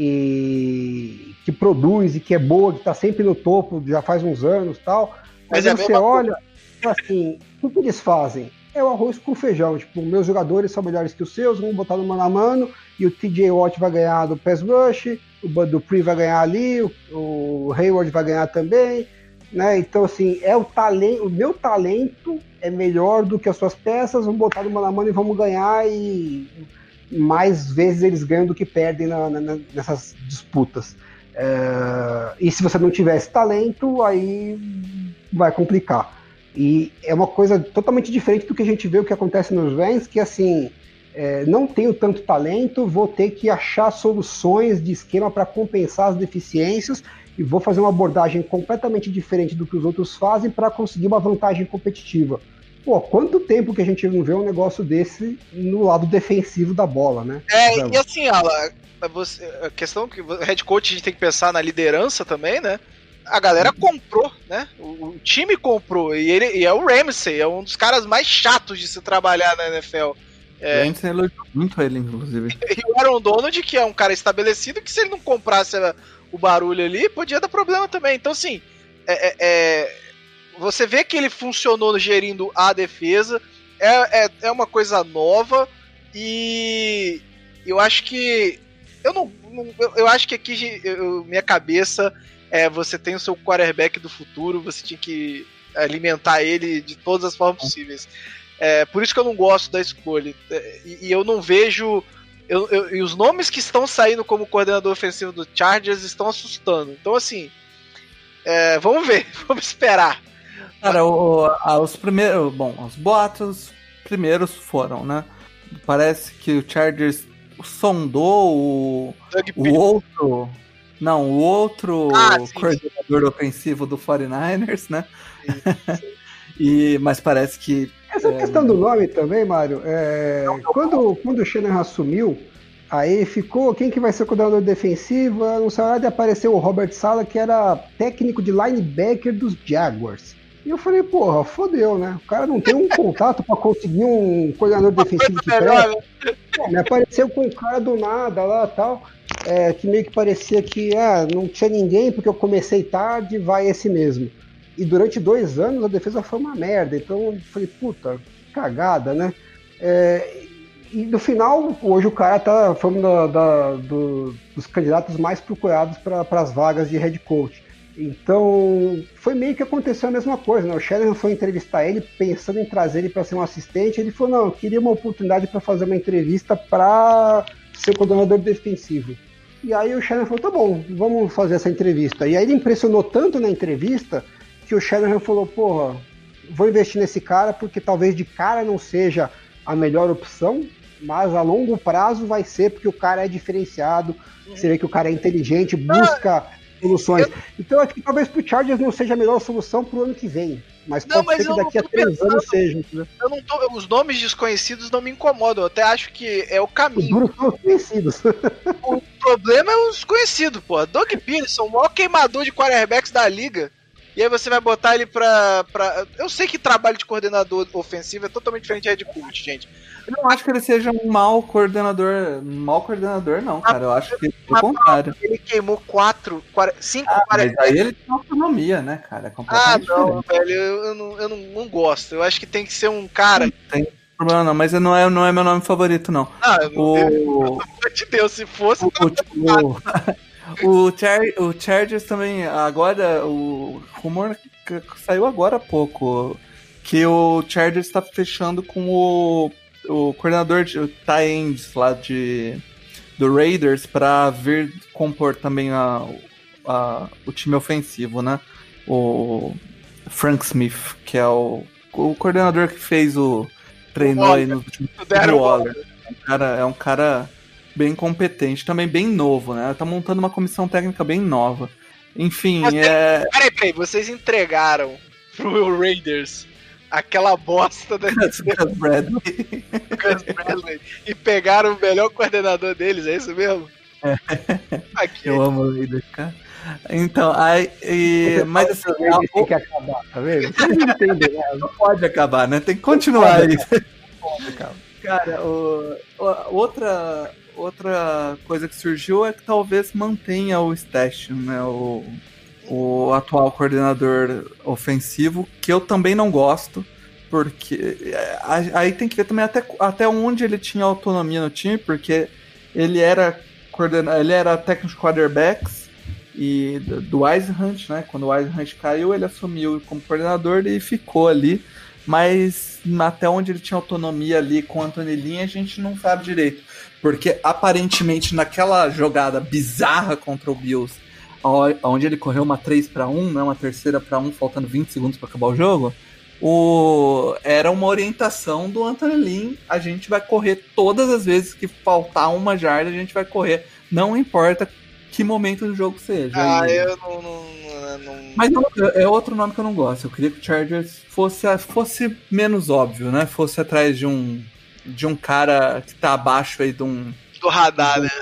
e, que produz e que é boa, que está sempre no topo, já faz uns anos e tal, mas, mas é você olha, assim, o que eles fazem? É o arroz com feijão. Tipo, meus jogadores são melhores que os seus, vamos botar no mano a mano, e o T J Watt vai ganhar do pass rush, o Bud Dupree vai ganhar ali, o, o Hayward vai ganhar também, né? Então, assim, é o talento, o meu talento é melhor do que as suas peças, vamos botar no mano a mano e vamos ganhar, e mais vezes eles ganham do que perdem na, na, nessas disputas. É, e se você não tiver esse talento, aí vai complicar. E é uma coisa totalmente diferente do que a gente vê o que acontece nos Rams, que assim, é, não tenho tanto talento, vou ter que achar soluções de esquema para compensar as deficiências e vou fazer uma abordagem completamente diferente do que os outros fazem para conseguir uma vantagem competitiva. Pô, quanto tempo que a gente não vê um negócio desse no lado defensivo da bola, né? É, e assim, Ala, você, a questão que o head coach a gente tem que pensar na liderança também, né? A galera comprou, né? O, o time comprou. E, ele, e é o Ramsey, é um dos caras mais chatos de se trabalhar na N F L. É, o Ramsey elogiou muito ele, inclusive. E o Aaron Donald, que é um cara estabelecido, que se ele não comprasse a, o barulho ali, podia dar problema também. Então, assim, é, é, é, você vê que ele funcionou gerindo a defesa. É, é, é uma coisa nova. E eu acho que. Eu não. não eu, eu acho que aqui, eu, minha cabeça. É, você tem o seu quarterback do futuro, você tinha que alimentar ele de todas as formas possíveis. É, por isso que eu não gosto da escolha. E, e eu não vejo... Eu, eu, e os nomes que estão saindo como coordenador ofensivo do Chargers estão assustando. Então, assim, é, vamos ver, vamos esperar. Cara, o, a, os primeiros... Bom, os boatos primeiros foram, né? Parece que o Chargers sondou o, o outro... Não, o outro ah, coordenador ofensivo do forty-niners, né? Sim, sim. e, mas parece que... Essa é... questão do nome também, Mário, é... não, não, quando, quando o Shanahan assumiu, aí ficou, quem que vai ser o coordenador defensivo? Não sei nada, apareceu o Robert Saleh, que era técnico de linebacker dos Jaguars. E eu falei, porra, fodeu, né? O cara não tem um contato pra conseguir um coordenador defensivo que presta. É, me apareceu com um cara do nada lá e tal. É, que meio que parecia que ah, não tinha ninguém porque eu comecei tarde, vai esse mesmo. E durante dois anos a defesa foi uma merda, então eu falei, puta, cagada, né? É, e no final, hoje o cara tá foi um da, da, do, dos candidatos mais procurados para as vagas de head coach. Então, foi meio que aconteceu a mesma coisa, né? O Shanahan foi entrevistar ele, pensando em trazer ele para ser um assistente. Ele falou, não, eu queria uma oportunidade para fazer uma entrevista para ser coordenador defensivo. E aí o Shanahan falou, tá bom, vamos fazer essa entrevista. E aí ele impressionou tanto na entrevista que o Shanahan falou, porra, vou investir nesse cara porque talvez de cara não seja a melhor opção, mas a longo prazo vai ser porque o cara é diferenciado, você vê que o cara é inteligente, busca soluções. Eu... Então acho que talvez pro Chargers não seja a melhor solução pro ano que vem, mas não, pode mas ser que daqui a três pensando, anos seja. Né? Eu não tô, os nomes desconhecidos não me incomodam, eu até acho que é o caminho. Os duros são os conhecidos. O problema é os conhecidos, pô. Doug Peterson, o maior queimador de quarterbacks da liga. E aí você vai botar ele pra, pra... Eu sei que trabalho de coordenador ofensivo é totalmente diferente de head coach, gente. Eu não acho que ele seja um mau coordenador. Um mau coordenador, não, cara. Eu acho que é o contrário. Ele queimou quatro, quatro cinco ah, mas aí ele tem autonomia, né, cara? É completamente ah, não, diferente. velho, eu, eu, não, eu não, não gosto. Eu acho que tem que ser um cara... Não tem problema não, mas não é, não é meu nome favorito, não. Ah, eu o... não Pelo amor de Deus, se fosse... O, o, o, Char, o Chargers também, agora, o rumor que saiu agora há pouco, que o Chargers está fechando com o, o coordenador de tight ends lá de, do Raiders para vir compor também a, a, o time ofensivo, né? O Frank Smith, que é o, o coordenador que fez o... treinou aí nos últimos anos. É um cara... É um cara bem competente, também bem novo, né? Tá montando uma comissão técnica bem nova. Enfim, Mas, é... Peraí, peraí, vocês entregaram pro Raiders aquela bosta da... Gus Bradley. Gus Bradley. E pegaram o melhor coordenador deles, é isso mesmo? É. Aqui. Eu amo o Raiders, cara. Então, aí... E... Mas assim... A... Tem que acabar, tá vendo? Não pode acabar, né? Tem que continuar isso. Cara, o... outra... Outra coisa que surgiu é que talvez mantenha o Station, né? O, o atual coordenador ofensivo, que eu também não gosto, porque aí tem que ver também até, até onde ele tinha autonomia no time, porque ele era, coordena, ele era técnico de quarterbacks e do Eisenhunt, né? Quando o Eisenhunt caiu, ele assumiu como coordenador e ficou ali, mas até onde ele tinha autonomia ali com o Anthony Lynn, a gente não sabe direito. Porque aparentemente naquela jogada bizarra contra o Bills, onde ele correu uma três para um, né, uma terceira para um, faltando vinte segundos para acabar o jogo, o... era uma orientação do Anthony Lynn, a gente vai correr todas as vezes que faltar uma jarda, a gente vai correr, não importa que momento do jogo seja. Ah, e... eu não... não, não... Mas é outro nome que eu não gosto, eu queria que o Chargers fosse, fosse menos óbvio, né, fosse atrás de um... de um cara que tá abaixo aí de um... Do radar, né?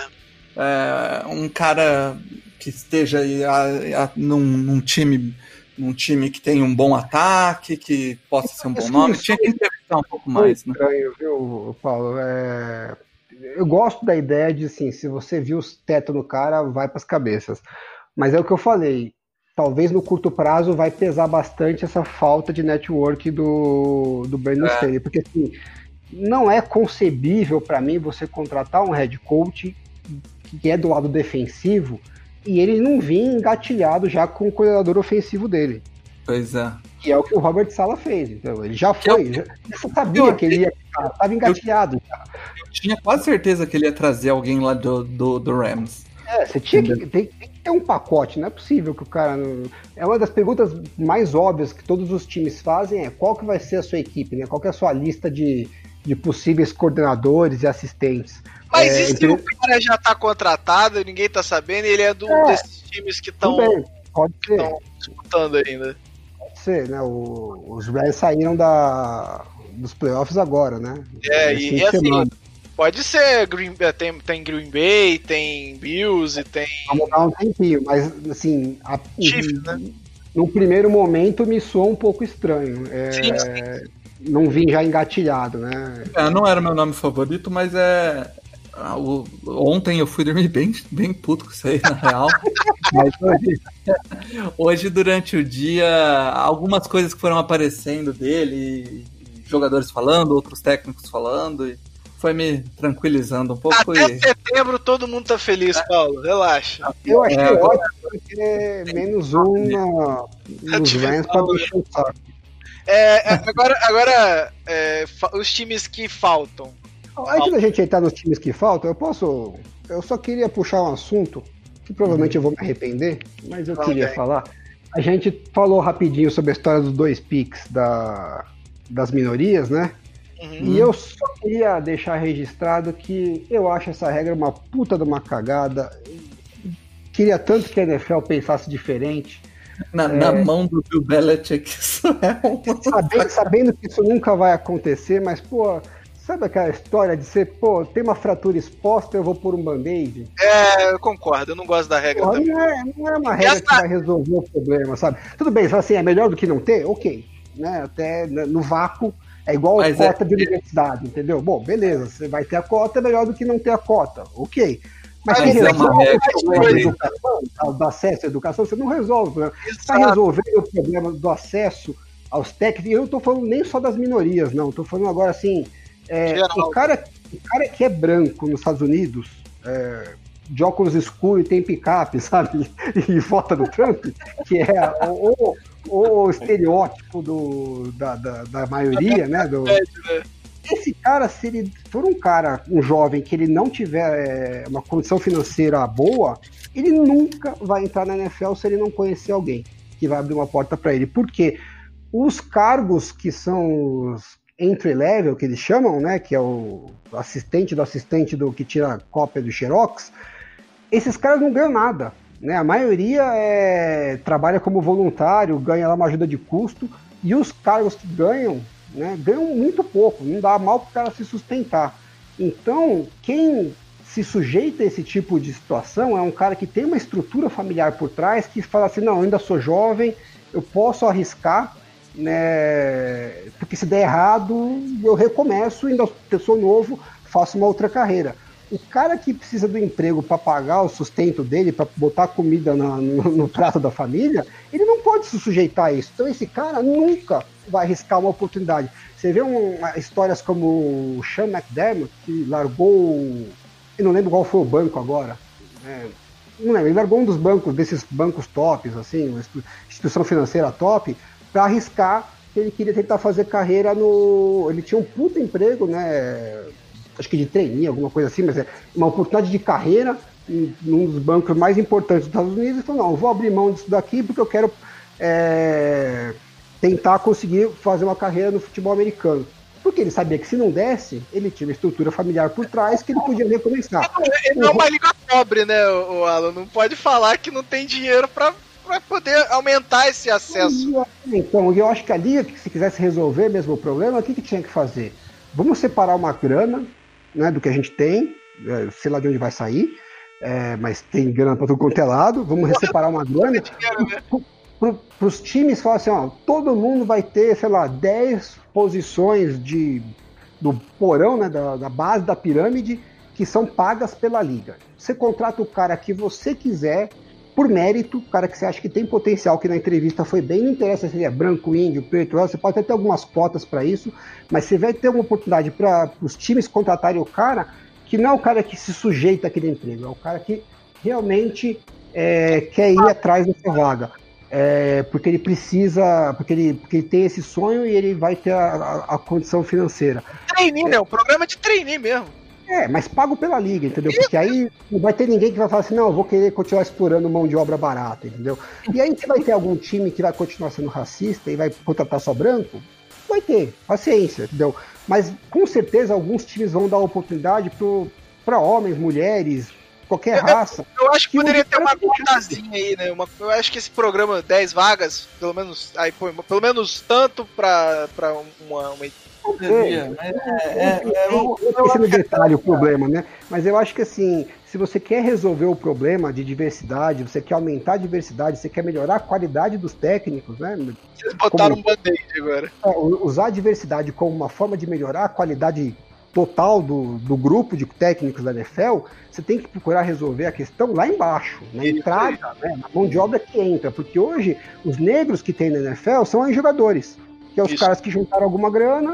É, um cara que esteja aí a, a, num, num time num time que tem um bom ataque, que possa ser um bom nome. Tinha que entrevistar um pouco mais, né? Estranho, viu, Paulo? É... Eu gosto da ideia de, assim, se você viu o teto no cara, vai pras cabeças. Mas é o que eu falei. Talvez no curto prazo vai pesar bastante essa falta de network do, do Brandon é. Staley. Porque, assim, não é concebível para mim você contratar um head coach que é do lado defensivo e ele não vir engatilhado já com o coordenador ofensivo dele. Pois é. Que é o que o Robert Saleh fez. Então, ele já foi. Eu, já, você sabia eu, que ele ia estar, estava engatilhado. Eu, eu tinha quase certeza que ele ia trazer alguém lá do, do, do Rams. É, você tinha que, tem, tem que ter um pacote. Não é possível que o cara... Não... É uma das perguntas mais óbvias que todos os times fazem, é qual que vai ser a sua equipe, né? Qual que é a sua lista de, de possíveis coordenadores e assistentes. Mas é, e se entre... o cara já tá contratado e ninguém tá sabendo, e ele é de um é, desses times que estão disputando ainda? Pode ser, né? O, os Rams saíram da, dos playoffs agora, né? É, e, e assim, pode ser, Green, tem, tem Green Bay, tem Bills e tem... Vamos dar um tempinho, mas assim... A, Chiefs, né? No primeiro momento me soou um pouco estranho. É, sim, sim. Não vim já engatilhado, né? É, não era meu nome favorito, mas é... O, ontem eu fui dormir bem, bem puto com isso aí, na real. Mas hoje, hoje, durante o dia, algumas coisas que foram aparecendo dele, jogadores falando, outros técnicos falando, e foi me tranquilizando um pouco. Até e... setembro todo mundo tá feliz, Paulo. Relaxa. Eu achei É, ótimo, porque é menos um na, nos Rams pra deixar o saco. É, agora, agora é, os times que faltam. Antes da gente entrar nos times que faltam, eu posso. Eu só queria puxar um assunto que provavelmente eu vou me arrepender, mas eu queria bem. falar. A gente falou rapidinho sobre a história dos dois picks da, das minorias, né? Uhum. E eu só queria deixar registrado que eu acho essa regra uma puta de uma cagada. Queria tanto que a N F L pensasse diferente. Na, é... na mão do Bill Belichick, isso é um... sabendo, sabendo que isso nunca vai acontecer, mas, pô, sabe aquela história de ser, pô, tem uma fratura exposta, eu vou pôr um band-aid? É, eu concordo, eu não gosto da regra Pô, também. não, é, não é uma regra Essa... que vai resolver o problema, sabe? Tudo bem, assim, é melhor do que não ter? Ok. Né? Até no vácuo é igual a cota é... de universidade, entendeu? Bom, beleza, você vai ter a cota, é melhor do que não ter a cota, ok. Mas Mas se é resolve uma o problema da educação, do acesso à educação, você não resolve o problema. Você está resolvendo o problema do acesso aos técnicos, e eu não estou falando nem só das minorias, não, estou falando agora assim, é, o, cara, o cara que é branco nos Estados Unidos, é, de óculos escuros e tem picape, sabe, e vota no Trump, que é o, o, o estereótipo do, da, da, da maioria, né, do... Esse cara, se ele for um cara, um jovem, que ele não tiver é, uma condição financeira boa, ele nunca vai entrar na N F L se ele não conhecer alguém que vai abrir uma porta para ele. Porque os cargos que são os entry level, que eles chamam, né, que é o assistente do assistente do que tira a cópia do Xerox, esses caras não ganham nada. Né? A maioria é, trabalha como voluntário, ganha lá uma ajuda de custo, e os cargos que ganham, né, ganham muito pouco, não dá mal para o cara se sustentar. Então, quem se sujeita a esse tipo de situação é um cara que tem uma estrutura familiar por trás, que fala assim, não, eu ainda sou jovem, eu posso arriscar, né, porque se der errado, eu recomeço, ainda sou novo, faço uma outra carreira. O cara que precisa do emprego para pagar o sustento dele, para botar comida na, no, no prato da família, ele não pode se sujeitar a isso. Então esse cara nunca vai arriscar uma oportunidade. Você vê um, histórias como o Sean McDermott, que largou, eu não lembro qual foi o banco agora, é, não lembro, ele largou um dos bancos, desses bancos tops, assim, uma instituição financeira top, para arriscar que ele queria tentar fazer carreira no... Ele tinha um puta emprego, né, acho que de trainee, alguma coisa assim, mas é uma oportunidade de carreira em um dos bancos mais importantes dos Estados Unidos, e falou, não, eu vou abrir mão disso daqui porque eu quero é, tentar conseguir fazer uma carreira no futebol americano. Porque ele sabia que se não desse, ele tinha uma estrutura familiar por trás que ele podia recomeçar. Ele não é uma liga pobre, né, o Alan? Não pode falar que não tem dinheiro para poder aumentar esse acesso. Então, eu acho que a liga, que se quisesse resolver mesmo o problema, o que, que tinha que fazer? Vamos separar uma grana, né, do que a gente tem, sei lá de onde vai sair, é, mas tem grana para tudo quanto é lado, vamos separar uma grana para os times falar assim, ó, todo mundo vai ter, sei lá, dez posições de, do porão, né, da, da base da pirâmide, que são pagas pela liga. Você contrata o cara que você quiser, por mérito, o cara que você acha que tem potencial, que na entrevista foi bem, não interessa se ele é branco, índio, preto, você pode até ter algumas cotas para isso, mas você vai ter uma oportunidade para os times contratarem o cara, que não é o cara que se sujeita àquele emprego, é o cara que realmente é, quer ir atrás dessa vaga, é, porque ele precisa, porque ele, porque ele tem esse sonho e ele vai ter a, a, a condição financeira. Trainee, né? O programa é de trainee mesmo. É, mas pago pela liga, entendeu? Porque aí não vai ter ninguém que vai falar assim, não, eu vou querer continuar explorando mão de obra barata, entendeu? E aí você vai ter algum time que vai continuar sendo racista e vai contratar só branco? Vai ter, paciência, entendeu? Mas com certeza alguns times vão dar oportunidade para homens, mulheres, qualquer eu, raça. Eu, eu acho que, que poderia ter uma cotazinha aí, né? Uma, eu acho que esse programa, dez vagas, pelo menos, aí, pô, pelo menos tanto para uma, uma É, é, é, é, eu não sei no detalhe o problema, né? Mas eu acho que assim, se você quer resolver o problema de diversidade, você quer aumentar a diversidade, você quer melhorar a qualidade dos técnicos, né? Vocês botaram como, um band-aid agora. É, usar a diversidade como uma forma de melhorar a qualidade total do, do grupo de técnicos da N F L, você tem que procurar resolver a questão lá embaixo, na entrada, né? Na mão de obra que entra, porque hoje os negros que tem na N F L são os jogadores, que é os Isso. caras que juntaram alguma grana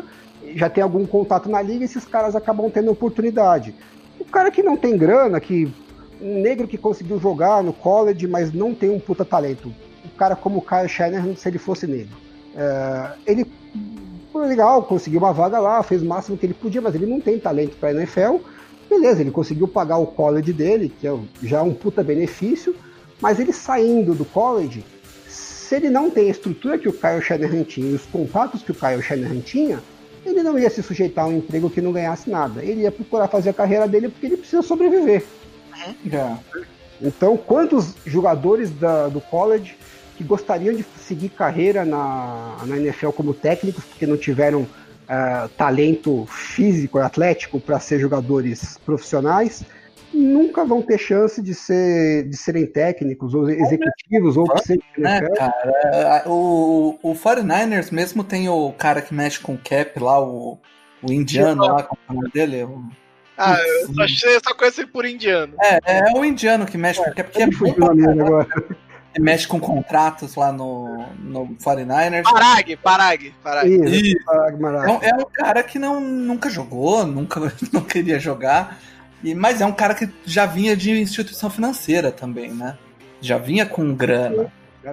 já tem algum contato na liga e esses caras acabam tendo oportunidade. O cara que não tem grana, que um negro que conseguiu jogar no college, mas não tem um puta talento. Um cara como o Kyle Shanahan, se ele fosse negro. É, ele foi legal, conseguiu uma vaga lá, fez o máximo que ele podia, mas ele não tem talento pra N F L. Beleza, ele conseguiu pagar o college dele, que é já um puta benefício, mas ele saindo do college, se ele não tem a estrutura que o Kyle Shanahan tinha e os contatos que o Kyle Shanahan tinha, ele não ia se sujeitar a um emprego que não ganhasse nada. Ele ia procurar fazer a carreira dele porque ele precisa sobreviver. É. Então, quantos jogadores da, do college que gostariam de seguir carreira na, na N F L como técnicos porque não tiveram uh, talento físico e atlético para ser jogadores profissionais, nunca vão ter chance de, ser, de serem técnicos ou executivos ou que seja. Né, cara? O, o forty-niners mesmo tem o cara que mexe com o cap lá, o, o indiano lá, com o nome dele. O... Ah, eu só, eu só conheço ele por indiano. É, é o indiano que mexe com o cap, que é bom pra agora. Ele mexe com contratos lá no, no forty-niners. Parag, Parag, Parag. Isso, Parag, Parag. É, é um cara que não, nunca jogou, nunca não queria jogar. E, mas é um cara que já vinha de instituição financeira também, né? Já vinha com grana.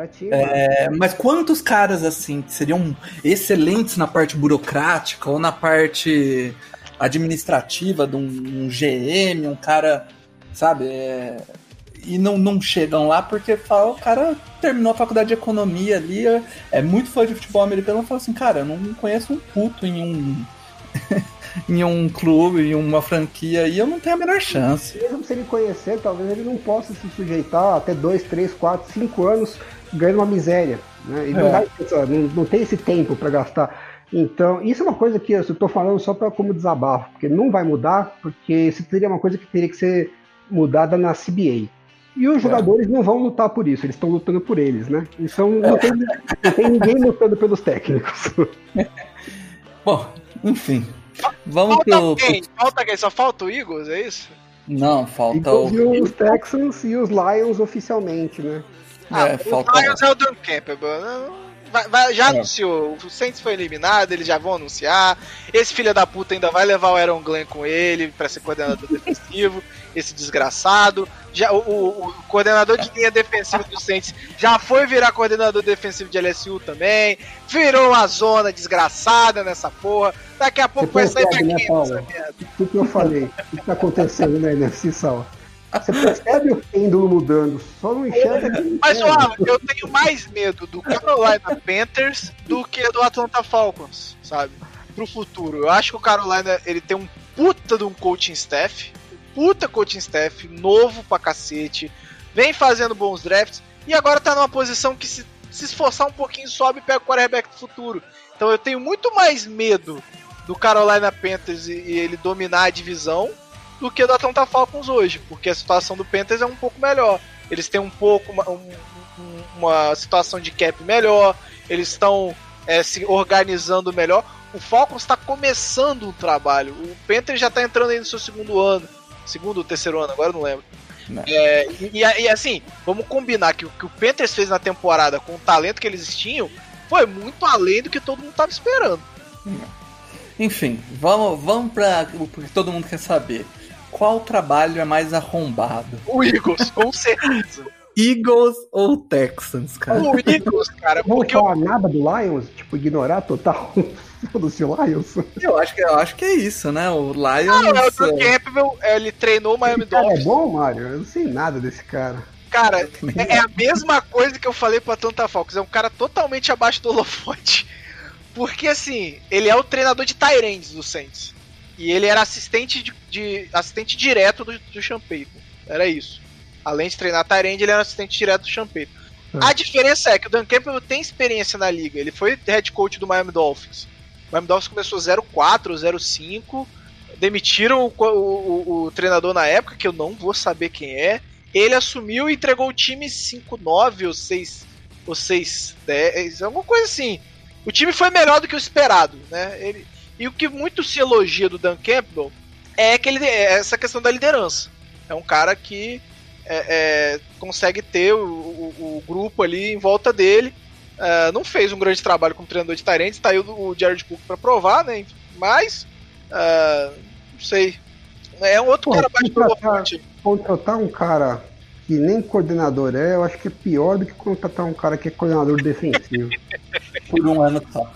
É, mas quantos caras assim que seriam excelentes na parte burocrática ou na parte administrativa de um, um G M, um cara, sabe? É, e não, não chegam lá porque fala, o cara terminou a faculdade de economia ali, é, é muito fã de futebol americano, e fala assim, cara, eu não conheço um puto em um... em um clube, em uma franquia, e eu não tenho a menor chance. Mesmo se ele conhecer, talvez ele não possa se sujeitar até dois, três, quatro, cinco anos ganhando uma miséria, né? E não, é. vai, não, não tem esse tempo para gastar. Então, isso é uma coisa que eu estou falando só para como desabafo, porque não vai mudar, porque isso seria uma coisa que teria que ser mudada na C B A. E os jogadores é. não vão lutar por isso, eles estão lutando por eles, né? Então não, é. tem, não tem ninguém lutando pelos técnicos. Bom, enfim. Vamos falta pro... quem? Falta quem? Só falta o Eagles, é isso? Não, falta Eagles o... E os Texans e os Lions oficialmente, né? Ah, é, o falta... Lions é o Dan Campbell. Vai, vai, já é. anunciou, o Saints foi eliminado, eles já vão anunciar. Esse filho da puta ainda vai levar o Aaron Glenn com ele pra ser coordenador defensivo. Esse desgraçado. Já, o, o, o coordenador de linha defensiva do Saints já foi virar coordenador defensivo de L S U também. Virou uma zona desgraçada nessa porra. Daqui a pouco vai sair pra né, quem? O que eu falei? O que tá acontecendo na N F C Sal? Você percebe o pêndulo mudando, só não enxerga que... Mas, ó, eu tenho mais medo do Carolina Panthers do que do Atlanta Falcons, sabe? Pro futuro. Eu acho que o Carolina, ele tem um puta de um coaching staff, puta coaching staff, novo pra cacete, vem fazendo bons drafts, e agora tá numa posição que se, se esforçar um pouquinho sobe e pega o quarterback do futuro. Então eu tenho muito mais medo do Carolina Panthers e, e ele dominar a divisão do que do Atlanta Falcons hoje, porque a situação do Panthers é um pouco melhor. Eles têm um pouco uma, um, uma situação de cap melhor, eles estão é, se organizando melhor. O Falcons está começando um trabalho, o Panthers já está entrando aí no seu segundo ano, segundo ou terceiro ano, agora eu não lembro. Não. É, e, e assim, vamos combinar que o que o Panthers fez na temporada com o talento que eles tinham foi muito além do que todo mundo estava esperando. Enfim, vamos, vamos para o que todo mundo quer saber. Qual trabalho é mais arrombado? O Eagles, com certeza. Eagles ou Texans, cara? O Eagles, cara. Não vou falar eu... nada do Lions? Tipo, ignorar total foda-se o Lions? Eu acho, que, eu acho que é isso, né? O Lions... Não, é o Dan Campbell, ele treinou o Miami cara Dolphins. É bom, Mário? Eu não sei nada desse cara. Cara, é, é a mesma coisa que eu falei pro Atlanta Falcons. É um cara totalmente abaixo do holofote. Porque, assim, ele é o treinador de tight ends do Saints. E ele era assistente de, de assistente direto do, do Sean Payton. Era isso. Além de treinar tight end, ele era assistente direto do Sean Payton. Hum. A diferença é que o Dan Campbell tem experiência na liga. Ele foi head coach do Miami Dolphins. O Miami Dolphins começou zero quatro, zero cinco. Demitiram o, o, o, o treinador na época, que eu não vou saber quem é. Ele assumiu e entregou o time cinco nove ou seis dez, alguma coisa assim. O time foi melhor do que o esperado, né? Ele, e o que muito se elogia do Dan Campbell é, que ele, é essa questão da liderança. É um cara que é, é, consegue ter o, o, o grupo ali em volta dele. É, não fez um grande trabalho como treinador de tight ends, tá aí o, o Jared Cook para provar, né? Mas, uh, não sei. É um outro Pô, cara mais contratar, contratar um cara que nem coordenador é, eu acho que é pior do que contratar um cara que é coordenador defensivo. Por um ano só.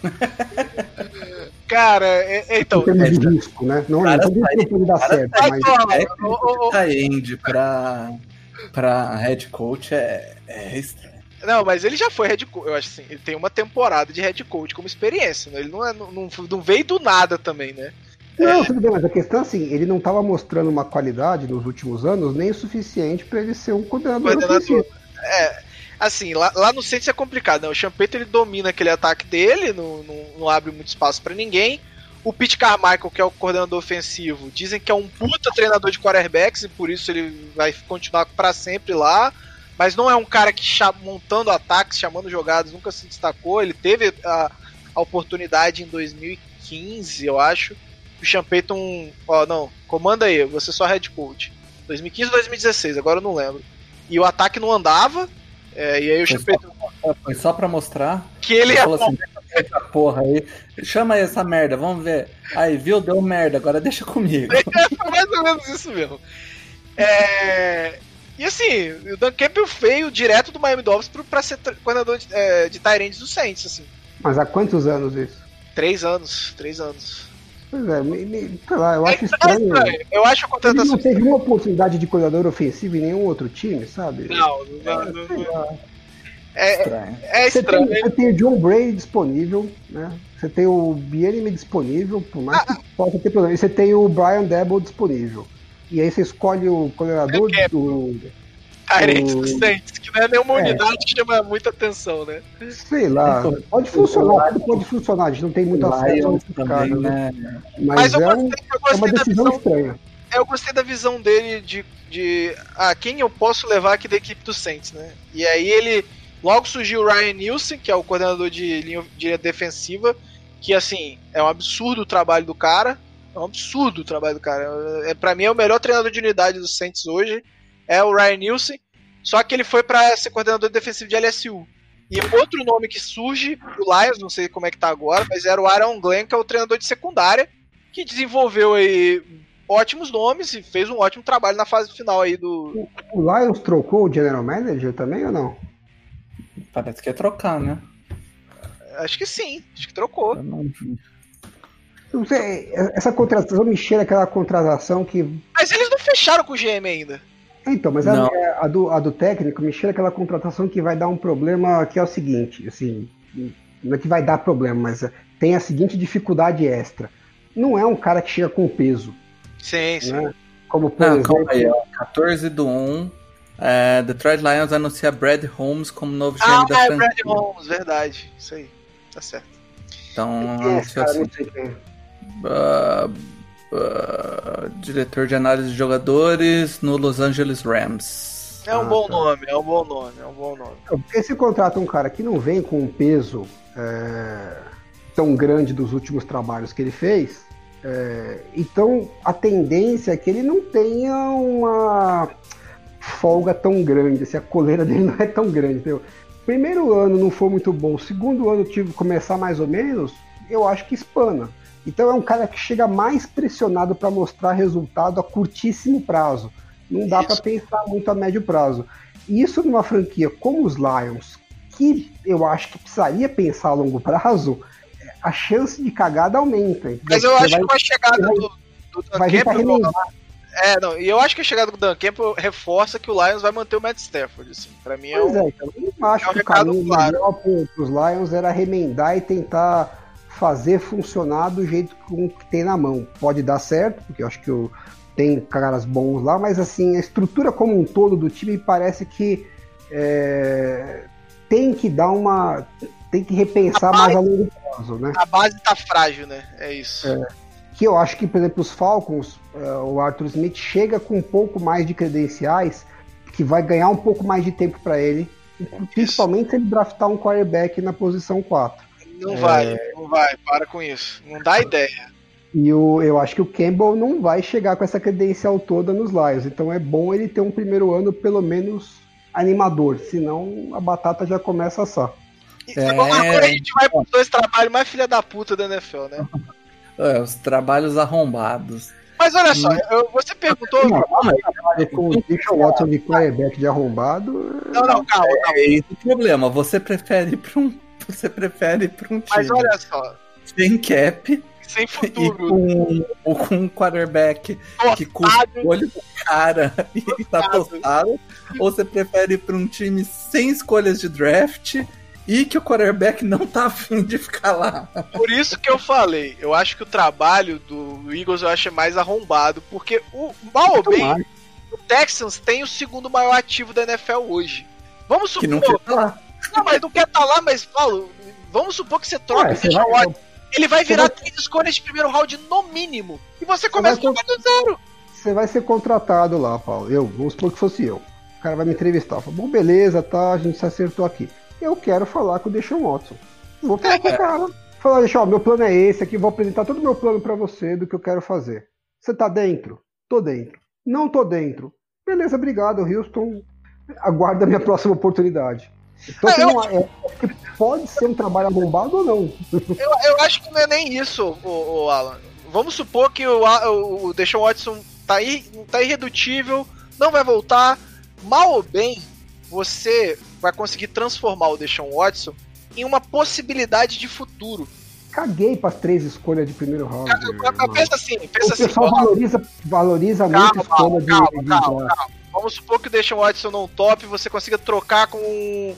Cara, é, é, então. Em termos de risco, né? Não, não tô dizendo que pode dar certo, mas. É que pra, pra head coach é, é estranho. Não, mas ele já foi head coach, eu acho assim, ele tem uma temporada de head coach como experiência, né? Ele não, é, não, não veio do nada também, né? Não, tudo bem, mas a questão é assim, ele não estava mostrando uma qualidade nos últimos anos nem o suficiente para ele ser um coordenador, coordenador. É, assim, lá, lá no Saints é complicado, né? O Sean Payton, ele domina aquele ataque dele, não, não, não abre muito espaço para ninguém. O Pete Carmichael, que é o coordenador ofensivo, dizem que é um puta treinador de quarterbacks e por isso ele vai continuar para sempre lá. Mas não é um cara que montando ataques, chamando jogadas, nunca se destacou. Ele teve a, a oportunidade em dois mil e quinze, eu acho. O Sean Payton, ó, não, comanda aí, você só head coach. dois mil e quinze ou dois mil e dezesseis, agora eu não lembro. E o ataque não andava, é, e aí o Sean Payton... Foi só pra mostrar que ele é assim, essa porra aí, chama aí essa merda, vamos ver. Aí, viu, deu merda, agora deixa comigo. É, foi mais ou menos isso mesmo. É... E assim, o Dan Campbell veio direto do Miami Dolphins pra ser coordenador de, é, de tight ends do Saints, assim. Mas há quantos anos isso? Três anos, três anos. Pois é, me, me, sei lá, eu acho estranho. É, é, eu acho a contratação... Ele não teve uma oportunidade de coordenador ofensivo em nenhum outro time, sabe? Não, não, é, não, sei não. lá. É estranho. É estranho. Você tem, você tem o John Brady disponível, né? Você tem o Bieniemy disponível, por mais Ah, que possa ter problema. E você tem o Brian Daboll disponível. E aí você escolhe o coordenador é do... Tyrants o... do Saints, que não é nenhuma É. unidade que chama muita atenção, né? Sei lá, pode funcionar, tudo pode funcionar, a gente não tem muito acesso Lions a também, caras, né? Mas, Mas eu é, um, gostei, eu é gostei uma da decisão visão. estranha. Eu gostei da visão dele de, de ah, quem eu posso levar aqui da equipe do Saints, né? E aí ele logo surgiu o Ryan Nielsen, que é o coordenador de linha, de linha defensiva, que assim, é um absurdo o trabalho do cara. É um absurdo o trabalho do cara. É, pra mim é o melhor treinador de unidade do Saints hoje. É o Ryan Nielsen. Só que ele foi pra ser coordenador defensivo de L S U. E outro nome que surge pro Lions, não sei como é que tá agora, mas era o Aaron Glenn, que é o treinador de secundária, que desenvolveu aí ótimos nomes e fez um ótimo trabalho na fase final aí do... O Lions trocou o General Manager também ou não? Parece que é trocar, né? Acho que sim, acho que trocou. Eu não vi. Não sei, essa contratação me cheira aquela contratação que... Mas eles não fecharam com o G M ainda. Então, mas a, Não. a do, a do técnico me cheira aquela contratação que vai dar um problema, que é o seguinte, assim, não é que vai dar problema, mas tem a seguinte dificuldade extra. Não é um cara que chega com peso, Sim, sim. né? Como, por Não, exemplo... calma aí, ó. quatorze do um, é, Detroit Lions anuncia Brad Holmes como novo G M Ah, da é franquia. Brad Holmes, verdade. Isso aí, tá certo. Então, Quem é esse anunciou cara? assim, Não sei quem é. uh, uh, diretor de análise de jogadores no Los Angeles Rams. É um Ah, bom tá. nome, é um bom nome, é um bom nome. Porque se contrata um cara que não vem com um peso é, tão grande dos últimos trabalhos que ele fez, é, então a tendência é que ele não tenha uma folga tão grande, assim, a coleira dele não é tão grande, entendeu? Primeiro ano não foi muito bom, segundo ano tive que começar mais ou menos, eu acho que espana. Então é um cara que chega mais pressionado para mostrar resultado a curtíssimo prazo. Não dá para pensar muito a médio prazo. E isso numa franquia como os Lions, que eu acho que precisaria pensar a longo prazo, a chance de cagada aumenta. Mas eu Você acho vai, que a chegada vai- do, do Dan vai vir pra Campbell... remendar. É, não, e eu acho que a chegada do Dan Campbell reforça que o Lions vai manter o Matt Stafford, assim. Pra mim é Pois um... é, então, eu não acho é um que o recado caminho claro. melhor para os Lions era remendar e tentar fazer funcionar do jeito com que tem na mão. Pode dar certo, porque eu acho que o, tem caras bons lá, mas assim, a estrutura como um todo do time parece que é, tem que dar uma... tem que repensar A mais base- a longo prazo, né? A base tá frágil, né? É isso. É. Que eu acho que, por exemplo, os Falcons, é, o Arthur Smith chega com um pouco mais de credenciais, que vai ganhar um pouco mais de tempo para ele, principalmente se ele draftar um quarterback na posição quatro. Não vai, não vai, para com isso. Não dá ideia. E o, eu acho que o Campbell não vai chegar com essa credencial toda nos Lions, então é bom ele ter um primeiro ano pelo menos animador, senão a batata já começa a assar. E agora a gente vai pros dois trabalhos mais filha da puta da N F L, né? É, os trabalhos arrombados. Mas olha só, eu, você perguntou... Não, com o Deshaun Watson de quarterback de arrombado... Não, não, calma, calma. É esse o problema, você prefere ir pra um, você prefere ir pra um time Mas olha só... sem cap... Sem futuro. E com, ou com um quarterback tostado. Que custa o olho do cara e tostado. Tá tostado. Ou você prefere ir pra um time sem escolhas de draft e que o quarterback não tá afim de ficar lá. Por isso que eu falei, eu acho que o trabalho do Eagles eu acho mais arrombado, porque o mal ou bem, o Texans tem o segundo maior ativo da N F L hoje. Vamos supor... Que não quer tá lá. Não, mas não quer tá lá, mas, Paulo, vamos supor que você troca Ué, e deixa o vai... Ele vai virar vai... três escolhas de primeiro round no mínimo. E você começa você vai... do zero. Você vai ser contratado lá, Paulo. Eu, vamos supor que fosse eu. O cara vai me entrevistar. Fala, bom, beleza, tá, a gente se acertou aqui. Eu quero falar com o Deshaun Watson. Vou falar com o cara. Falar, Deshaun, meu plano é esse aqui, vou apresentar todo o meu plano pra você do que eu quero fazer. Você tá dentro? Tô dentro. Não tô dentro. Beleza, obrigado, Houston. Aguarda a minha próxima oportunidade. Então, assim, eu... é, é, pode ser um trabalho arrombado ou não? Eu, eu acho que não é nem isso, o, o Alan. Vamos supor que o, o, o Deshaun Watson tá, ir, tá irredutível, não vai voltar. Mal ou bem, você vai conseguir transformar o Deshaun Watson em uma possibilidade de futuro. Caguei para as três escolhas de primeiro round. Cara, pensa assim, pensa assim. O pessoal ó, valoriza, valoriza calma, muito a escolha calma, de, de calma, calma. Vamos supor que o Deshaun Watson não top, você consiga trocar com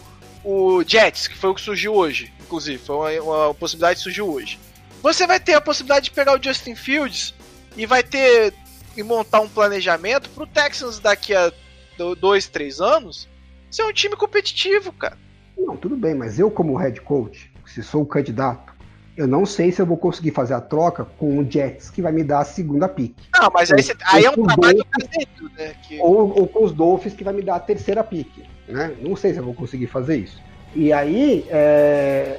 o Jets, que foi o que surgiu hoje, inclusive, foi uma, uma possibilidade que surgiu hoje. Você vai ter a possibilidade de pegar o Justin Fields e vai ter e montar um planejamento pro Texans daqui a dois, três anos ser um time competitivo, cara. Não, tudo bem, mas eu como head coach, se sou o candidato, eu não sei se eu vou conseguir fazer a troca com o Jets, que vai me dar a segunda pick. Não, mas aí, você, aí é um trabalho do caseiro, né? Que... Ou, ou com os Dolphins, que vai me dar a terceira pick, né? Não sei se eu vou conseguir fazer isso. E aí, é...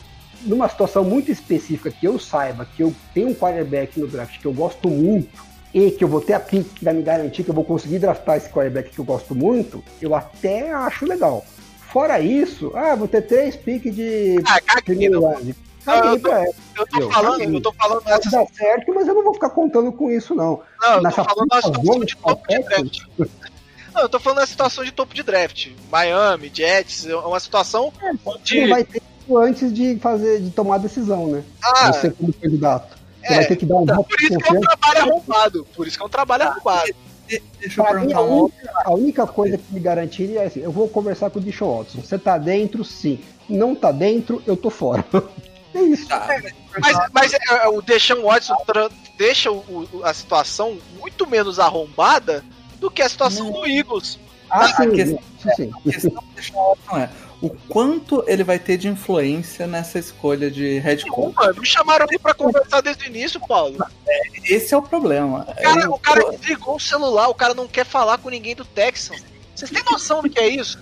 numa situação muito específica que eu saiba que eu tenho um quarterback no draft que eu gosto muito e que eu vou ter a pick que vai me garantir que eu vou conseguir draftar esse quarterback que eu gosto muito, eu até acho legal. Fora isso, ah, vou ter três picks de ah, primeiro round. Eu, eu, tô, eu tô falando, eu tô falando nessa... Dá certo, mas eu não vou ficar contando com isso, não. Não, eu tô falando na situação de topo de draft. Não, eu tô falando na situação de topo de draft. Miami, Jets, é uma situação é, onde... Não vai ter antes de fazer, de tomar a decisão, né? Ah, você como candidato. Você é, vai ter que dar um voto por isso que é um trabalho arrombado. Por isso que é um trabalho arrombado. Deixa eu pra mim, perguntar a, uma única, a única coisa que me garantiria é assim, eu vou conversar com o Deshaun Watson. Você tá dentro? Sim. Não tá dentro? Eu tô fora. É isso. Tá. É, mas mas é, o Deshaun Watson deixa o, a situação muito menos arrombada do que a situação não. do Eagles. Ah, a sim, questão, isso sim. A questão do Deshaun Watson é o quanto ele vai ter de influência nessa escolha de head coach. Me chamaram ali pra conversar desde o início, Paulo. Esse é o problema. O cara, eu, o cara desligou o celular, o cara não quer falar com ninguém do Texans. Vocês têm noção do que é isso?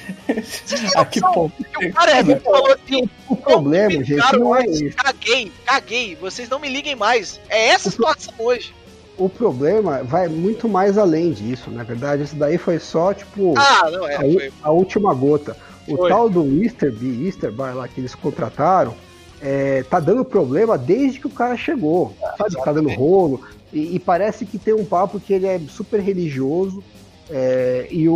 Vocês têm Aqui, noção? O cara é, é, falou assim, o problema, gente, não é isso. Caguei, caguei, vocês não me liguem mais. É essa a situação hoje. O problema vai muito mais além disso. Na verdade, isso daí foi só, tipo, ah, não, é, a, foi. a última gota. O Foi. tal do Easterby, Easterby lá que eles contrataram, é, tá dando problema desde que o cara chegou. Ah, sabe? Tá dando rolo. E, e parece que tem um papo que ele é super religioso. É, e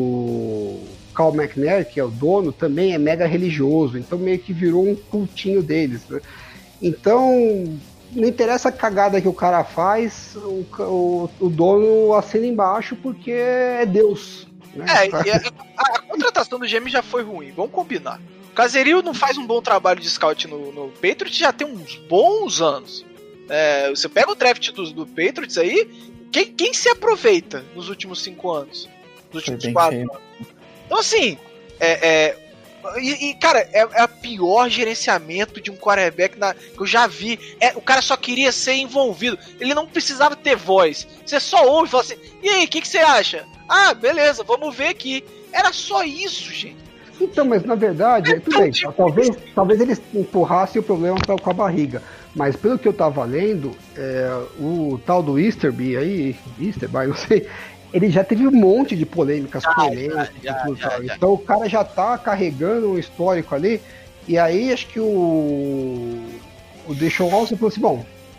o Cal McNair, que é o dono, também é mega religioso. Então meio que virou um cultinho deles, né? Então, não interessa a cagada que o cara faz, o, o, o dono assina embaixo porque é Deus. Né? É, e a, a, a contratação do G M já foi ruim, vamos combinar. O Caserio não faz um bom trabalho de scout no, no Patriots já tem uns bons anos. É, você pega o draft do, do Patriots aí, quem, quem se aproveita nos últimos cinco anos? Nos últimos quatro anos? Então assim, é, é, e, e cara, é, é o pior gerenciamento de um quarterback na, que eu já vi. É, o cara só queria ser envolvido, ele não precisava ter voz. Você só ouve e fala assim, e aí, o que, que você acha? Ah, beleza, vamos ver aqui. Era só isso, gente. Então, mas na verdade, é, tudo bem, talvez, talvez eles empurrassem o problema com a barriga. Mas pelo que eu tava lendo, é, o tal do Easterby aí, Easterby, não sei, ele já teve um monte de polêmicas ah, com ele. Já, já, já, já. Então o cara já tá carregando um histórico ali. E aí acho que o, o Deshaun Watson falou assim, bom,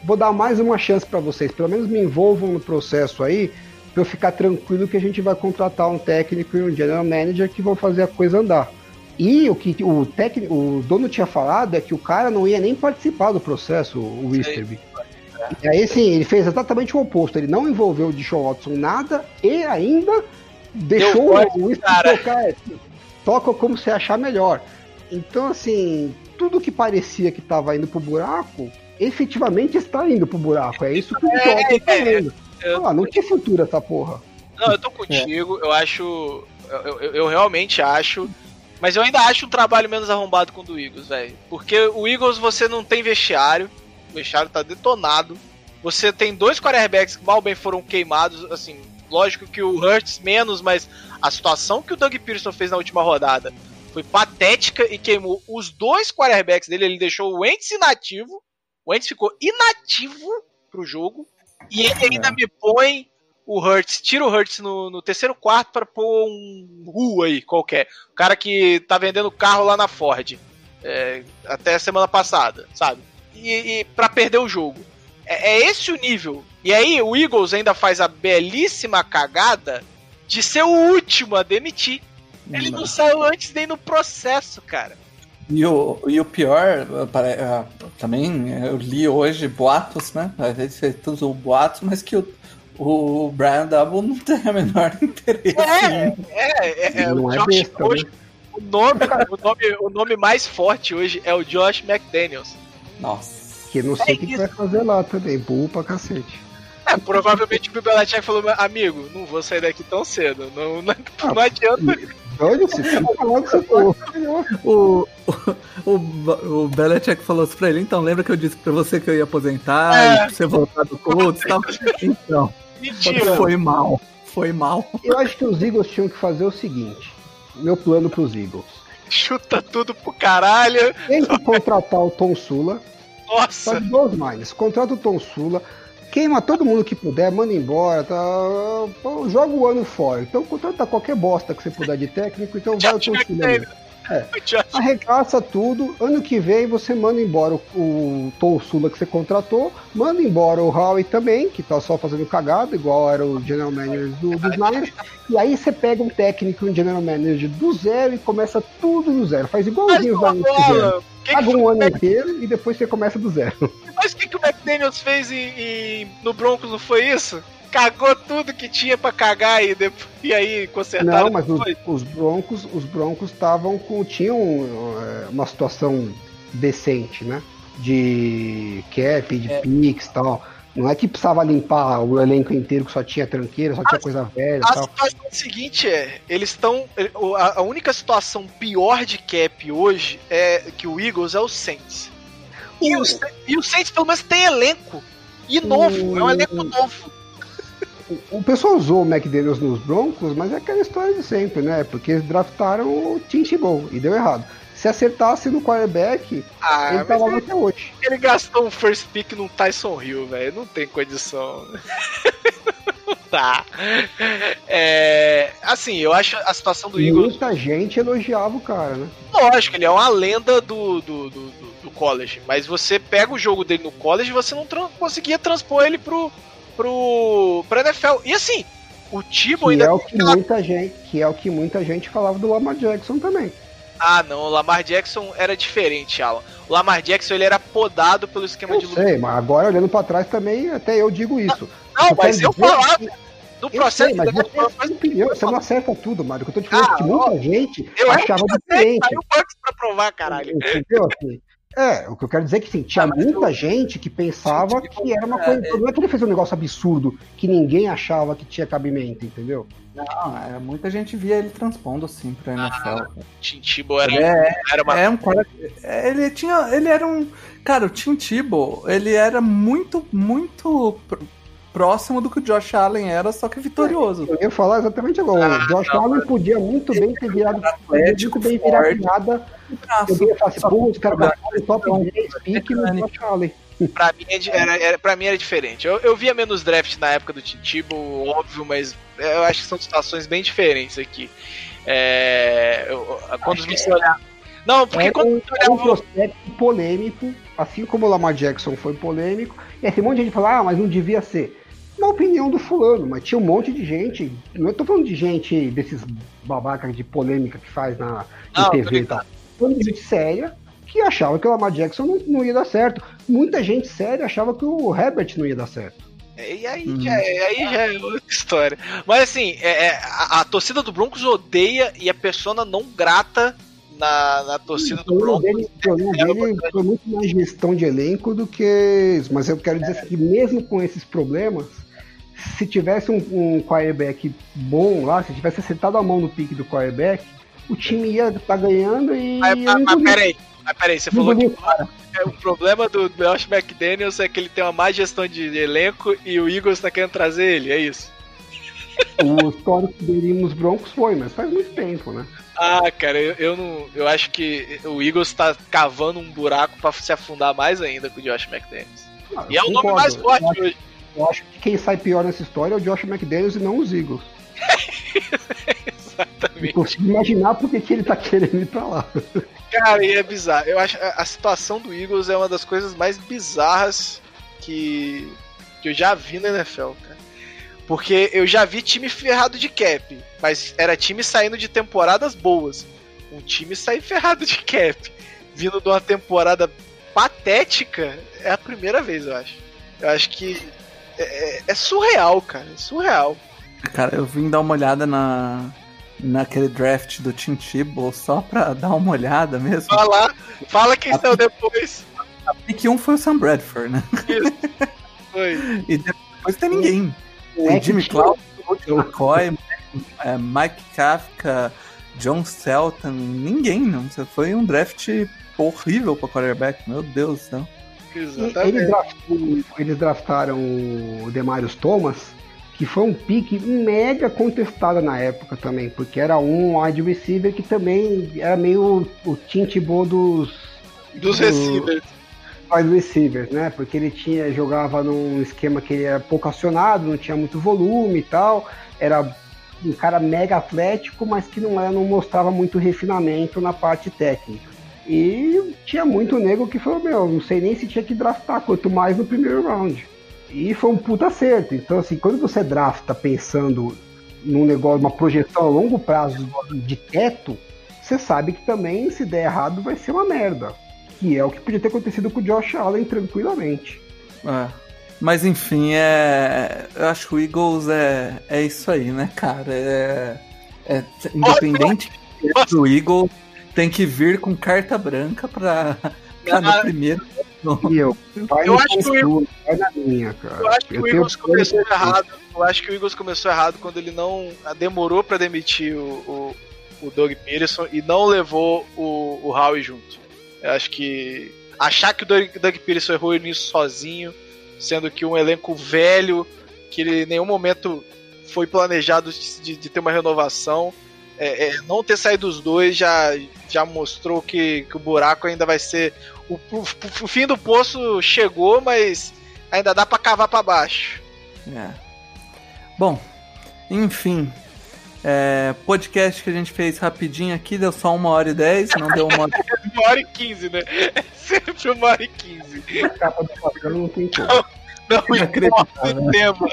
vou dar mais uma chance para vocês, pelo menos me envolvam no processo aí, para eu ficar tranquilo que a gente vai contratar um técnico e um general manager que vão fazer a coisa andar. E o que o, técnico, o dono tinha falado é que o cara não ia nem participar do processo, o Wisterby. E aí, sim, ele fez exatamente o oposto. Ele não envolveu o Deshaun Watson nada e ainda deixou o Wisterby tocar. É, toca como você achar melhor. Então, assim, tudo que parecia que estava indo pro buraco, efetivamente está indo pro buraco. É isso que o Watson tá vendo. Ah, não tinha futuro essa porra. Não, eu tô contigo. Eu acho... Eu, eu, eu realmente acho... Mas eu ainda acho um trabalho menos arrombado com o do Eagles, velho. Porque o Eagles você não tem vestiário. O vestiário tá detonado. Você tem dois quarterbacks que mal bem foram queimados. Assim, lógico que o Hurts menos, mas a situação que o Doug Peterson fez na última rodada foi patética e queimou os dois quarterbacks dele. Ele deixou o Wentz inativo. O Wentz ficou inativo pro jogo. E ele ainda é. me põe o Hurts, tira o Hurts no, no terceiro quarto para pôr um Ru aí qualquer. O cara que tá vendendo carro lá na Ford. É, até a semana passada, sabe? E, e para perder o jogo. É, é esse o nível. E aí o Eagles ainda faz a belíssima cagada de ser o último a demitir. Ele não, não saiu antes nem no processo, cara. E o, e o pior, também eu li hoje boatos, né? Todos os boatos, mas que o, o Brian Double não tem a menor interesse. É, é, é, é não o é Josh besta, hoje. Né? O nome, o, nome, o nome mais forte hoje é o Josh McDaniels. Nossa. Que não sei o é que, que vai fazer lá também, burro pra cacete. É, provavelmente o Bill Belichick falou, amigo, não vou sair daqui tão cedo, não, não, ah, não adianta. Olha, você fica falando que você for. O, o, o Belichick falou assim pra ele, então, lembra que eu disse pra você que eu ia aposentar é. e pra você voltar do Colts e tal? Então, mentira. Foi mal, foi mal. Eu acho que os Eagles tinham que fazer o seguinte, meu plano pros Eagles. Chuta tudo pro caralho. Tem que contratar o Tom Sula. Nossa. Faz dois mais. Contrata o Tom Sula. Queima todo mundo que puder, manda embora, tá? Joga o ano fora. Então contrata qualquer bosta que você puder de técnico, então vai o Tom Sula mesmo. É. Arregaça tudo. Ano que vem você manda embora o, o Tom Sula que você contratou, manda embora o Howie também, que tá só fazendo cagada, igual era o General Manager do, dos Niners. E aí você pega um técnico e um General Manager do zero e começa tudo do zero. Faz igualzinho os Niners fizeram. Paga um ano inteiro e depois você começa do zero. Mas o que, que o McDaniels fez em, em, no Broncos, não foi isso? Cagou tudo que tinha pra cagar e, depois, e aí consertaram. Não, mas os, os Broncos os Broncos estavam com. Tinham é, uma situação decente, né? De cap, de é. picks e tal. Não é que precisava limpar o elenco inteiro que só tinha tranqueira, só a, tinha coisa velha. A tal. situação é a seguinte: é, eles estão. A única situação pior de cap hoje é que o Eagles é o Saints. E o, e o Saints pelo menos tem elenco. E novo, o... é um elenco novo. O pessoal usou o McDaniels nos Broncos, mas é aquela história de sempre, né? Porque eles draftaram o Tim Tebow e deu errado. Se acertasse no quarterback, ah, ele tava lá até hoje. Ele gastou um first pick num Tyson Hill, velho. Não tem condição. Não tá. É, assim, eu acho a situação do Eagles... Muita gente elogiava o cara, né? Lógico, ele é uma lenda do, do, do, do college. Mas você pega o jogo dele no college e você não tra- conseguia transpor ele pro... pro pra N F L. E assim, o Tebow ainda é o que muita gente, que é o que muita gente falava do Lamar Jackson também. Ah, não, o Lamar Jackson era diferente, Alan. O Lamar Jackson ele era podado pelo esquema eu de luta. Eu sei, mas agora olhando pra trás também, até eu digo isso. Não, não mas eu falava do processo... Eu sei, mas você, mas opinião, você não acerta tudo, Mário. Eu tô te falando ah, que muita ó, gente eu achava diferente. Eu posso pra provar, caralho. Entendeu? Assim, é, o que eu quero dizer é que sim, tinha ah, muita eu... gente que pensava que era uma coisa... Não é que ele fez um negócio absurdo que ninguém achava que tinha cabimento, entendeu? Não, é, muita gente via ele transpondo assim pra N F L. Ah, Tim Tebow era, é, era uma... é um cara. Ele tinha. Ele era um. Cara, o Tim Tebow, ele era muito, muito próximo do que o Josh Allen era, só que vitorioso. Eu ia falar exatamente agora. Ah, o Josh não, Allen podia muito bem ter virado. Atlético, muito bem virar nada. Eu ia falar assim, pô, os caras bateram top dez pique no Josh Allen. Pra mim, era, era, pra mim era diferente. Eu, eu via menos draft na época do Tim Tebow, óbvio, mas eu acho que são situações bem diferentes aqui. É, eu, quando você olhar, Não, porque é quando um, tu é um olhava- prospecto polêmico, assim como o Lamar Jackson foi polêmico, e assim, um monte de gente fala, ah, mas não devia ser. Na opinião do fulano, mas tinha um monte de gente, não eu tô falando de gente desses babacas de polêmica que faz na em Não, T tô V e ligado. tal. Tô falando de gente séria que achava que o Lamar Jackson não, não ia dar certo. Muita gente séria achava que o Herbert não ia dar certo. E aí, Hum. já, é- aí já é outra história. Mas assim, é- é, a, a torcida do Broncos odeia e a persona não grata na, na torcida O do problema Broncos. dele, o problema dele foi muito mais gestão de elenco do que isso. Mas eu quero dizer assim, que mesmo com esses problemas, se tivesse um, um quarterback bom lá, se tivesse acertado a mão no pique do quarterback, o time ia estar ganhando e. Mas, mas, mas peraí, mas peraí, você falou que Cara, é, o problema do Josh McDaniels é que ele tem uma má gestão de elenco e o Eagles tá querendo trazer ele, é isso? o histórico dele nos Broncos foi, mas faz muito tempo, né? Ah, cara, eu, eu não. Eu acho que o Eagles tá cavando um buraco pra se afundar mais ainda com o Josh McDaniels. Ah, E é eu o nome concordo. mais forte Eu acho, hoje. eu acho que quem sai pior nessa história é o Josh McDaniels e não os Eagles. Exatamente. Não consigo imaginar por que que ele tá querendo ir pra lá. Cara, e é bizarro. Eu acho a, a situação do Eagles é uma das coisas mais bizarras que, que eu já vi na N F L, cara. Porque eu já vi time ferrado de cap, mas era time saindo de temporadas boas. Um time sair ferrado de cap, vindo de uma temporada patética, é a primeira vez, eu acho. Eu acho que é, é- é surreal, cara. É surreal. Cara, eu vim dar uma olhada na naquele draft do Tim Tebow só pra dar uma olhada mesmo. Fala lá, fala quem saiu depois. E que um foi o Sam Bradford, né? Isso. Foi. E depois tem ninguém. É Tem que Jimmy tinha- Cloud, McCoy, é, Mike Kafka, John Shelton, ninguém, não. Foi um draft horrível pra quarterback, meu Deus do céu. E Eles, Exatamente. draftaram, eles draftaram o Demarius Thomas, que foi um pique mega contestado na época também, porque era um wide receiver que também era meio o Tim Tebow dos, Dos do- receivers. wide receivers, né? Porque ele tinha jogava num esquema que ele era pouco acionado, não tinha muito volume e tal, era um cara mega atlético, mas que não, era, não mostrava muito refinamento na parte técnica. E tinha muito nego que falou, meu, não sei nem se tinha que draftar, quanto mais no primeiro round. E foi um puta acerto. Então, assim, quando você drafta pensando num negócio, uma projeção a longo prazo de teto, você sabe que também, se der errado, vai ser uma merda. Que é o que podia ter acontecido com o Josh Allen tranquilamente. É. Mas enfim, é. Eu acho que o Eagles é, é isso aí, né, cara? É, é independente do Eagles, tem que vir com carta branca pra ficar no primeiro. E eu, vai Eu no acho que o construto, vai na linha, cara. Eu acho que o tenho Eagles começou plena certeza. errado. Eu acho que o Eagles começou errado quando ele não demorou pra demitir o, o, o Doug Peterson e não levou o, o Howie junto. Eu acho que achar que o Doug, Doug Peterson errou nisso sozinho, sendo que um elenco velho, que ele em nenhum momento foi planejado de, de ter uma renovação, é, é, não ter saído os dois já, já mostrou que, que o buraco ainda vai ser. O, o, o fim do poço chegou, mas ainda dá pra cavar pra baixo. É. Bom, enfim. É, podcast que a gente fez rapidinho aqui, deu só uma hora e dez, não deu uma hora. Uma hora e quinze, né? É sempre uma hora e quinze. A capa do papel não tem como. Não importa Inacreditável, o tema.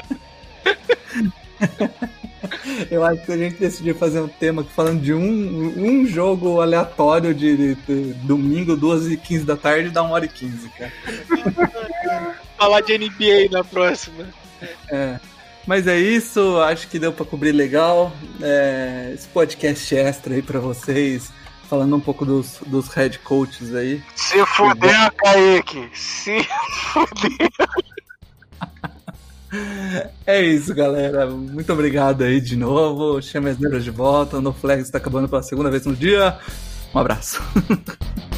Eu acho que a gente decidiu fazer um tema aqui falando de um, um jogo aleatório de, de, de domingo, duas e quinze da tarde, dá uma hora e quinze, cara. Falar de N B A na próxima. É. Mas é isso, acho que deu pra cobrir legal. É, esse podcast extra aí pra vocês, falando um pouco dos, dos head coaches aí. Se fuder, Kaique. Se fuder. É isso, galera. Muito obrigado aí de novo. Chame as negras de volta. O No Flags está acabando pela segunda vez no dia. Um abraço.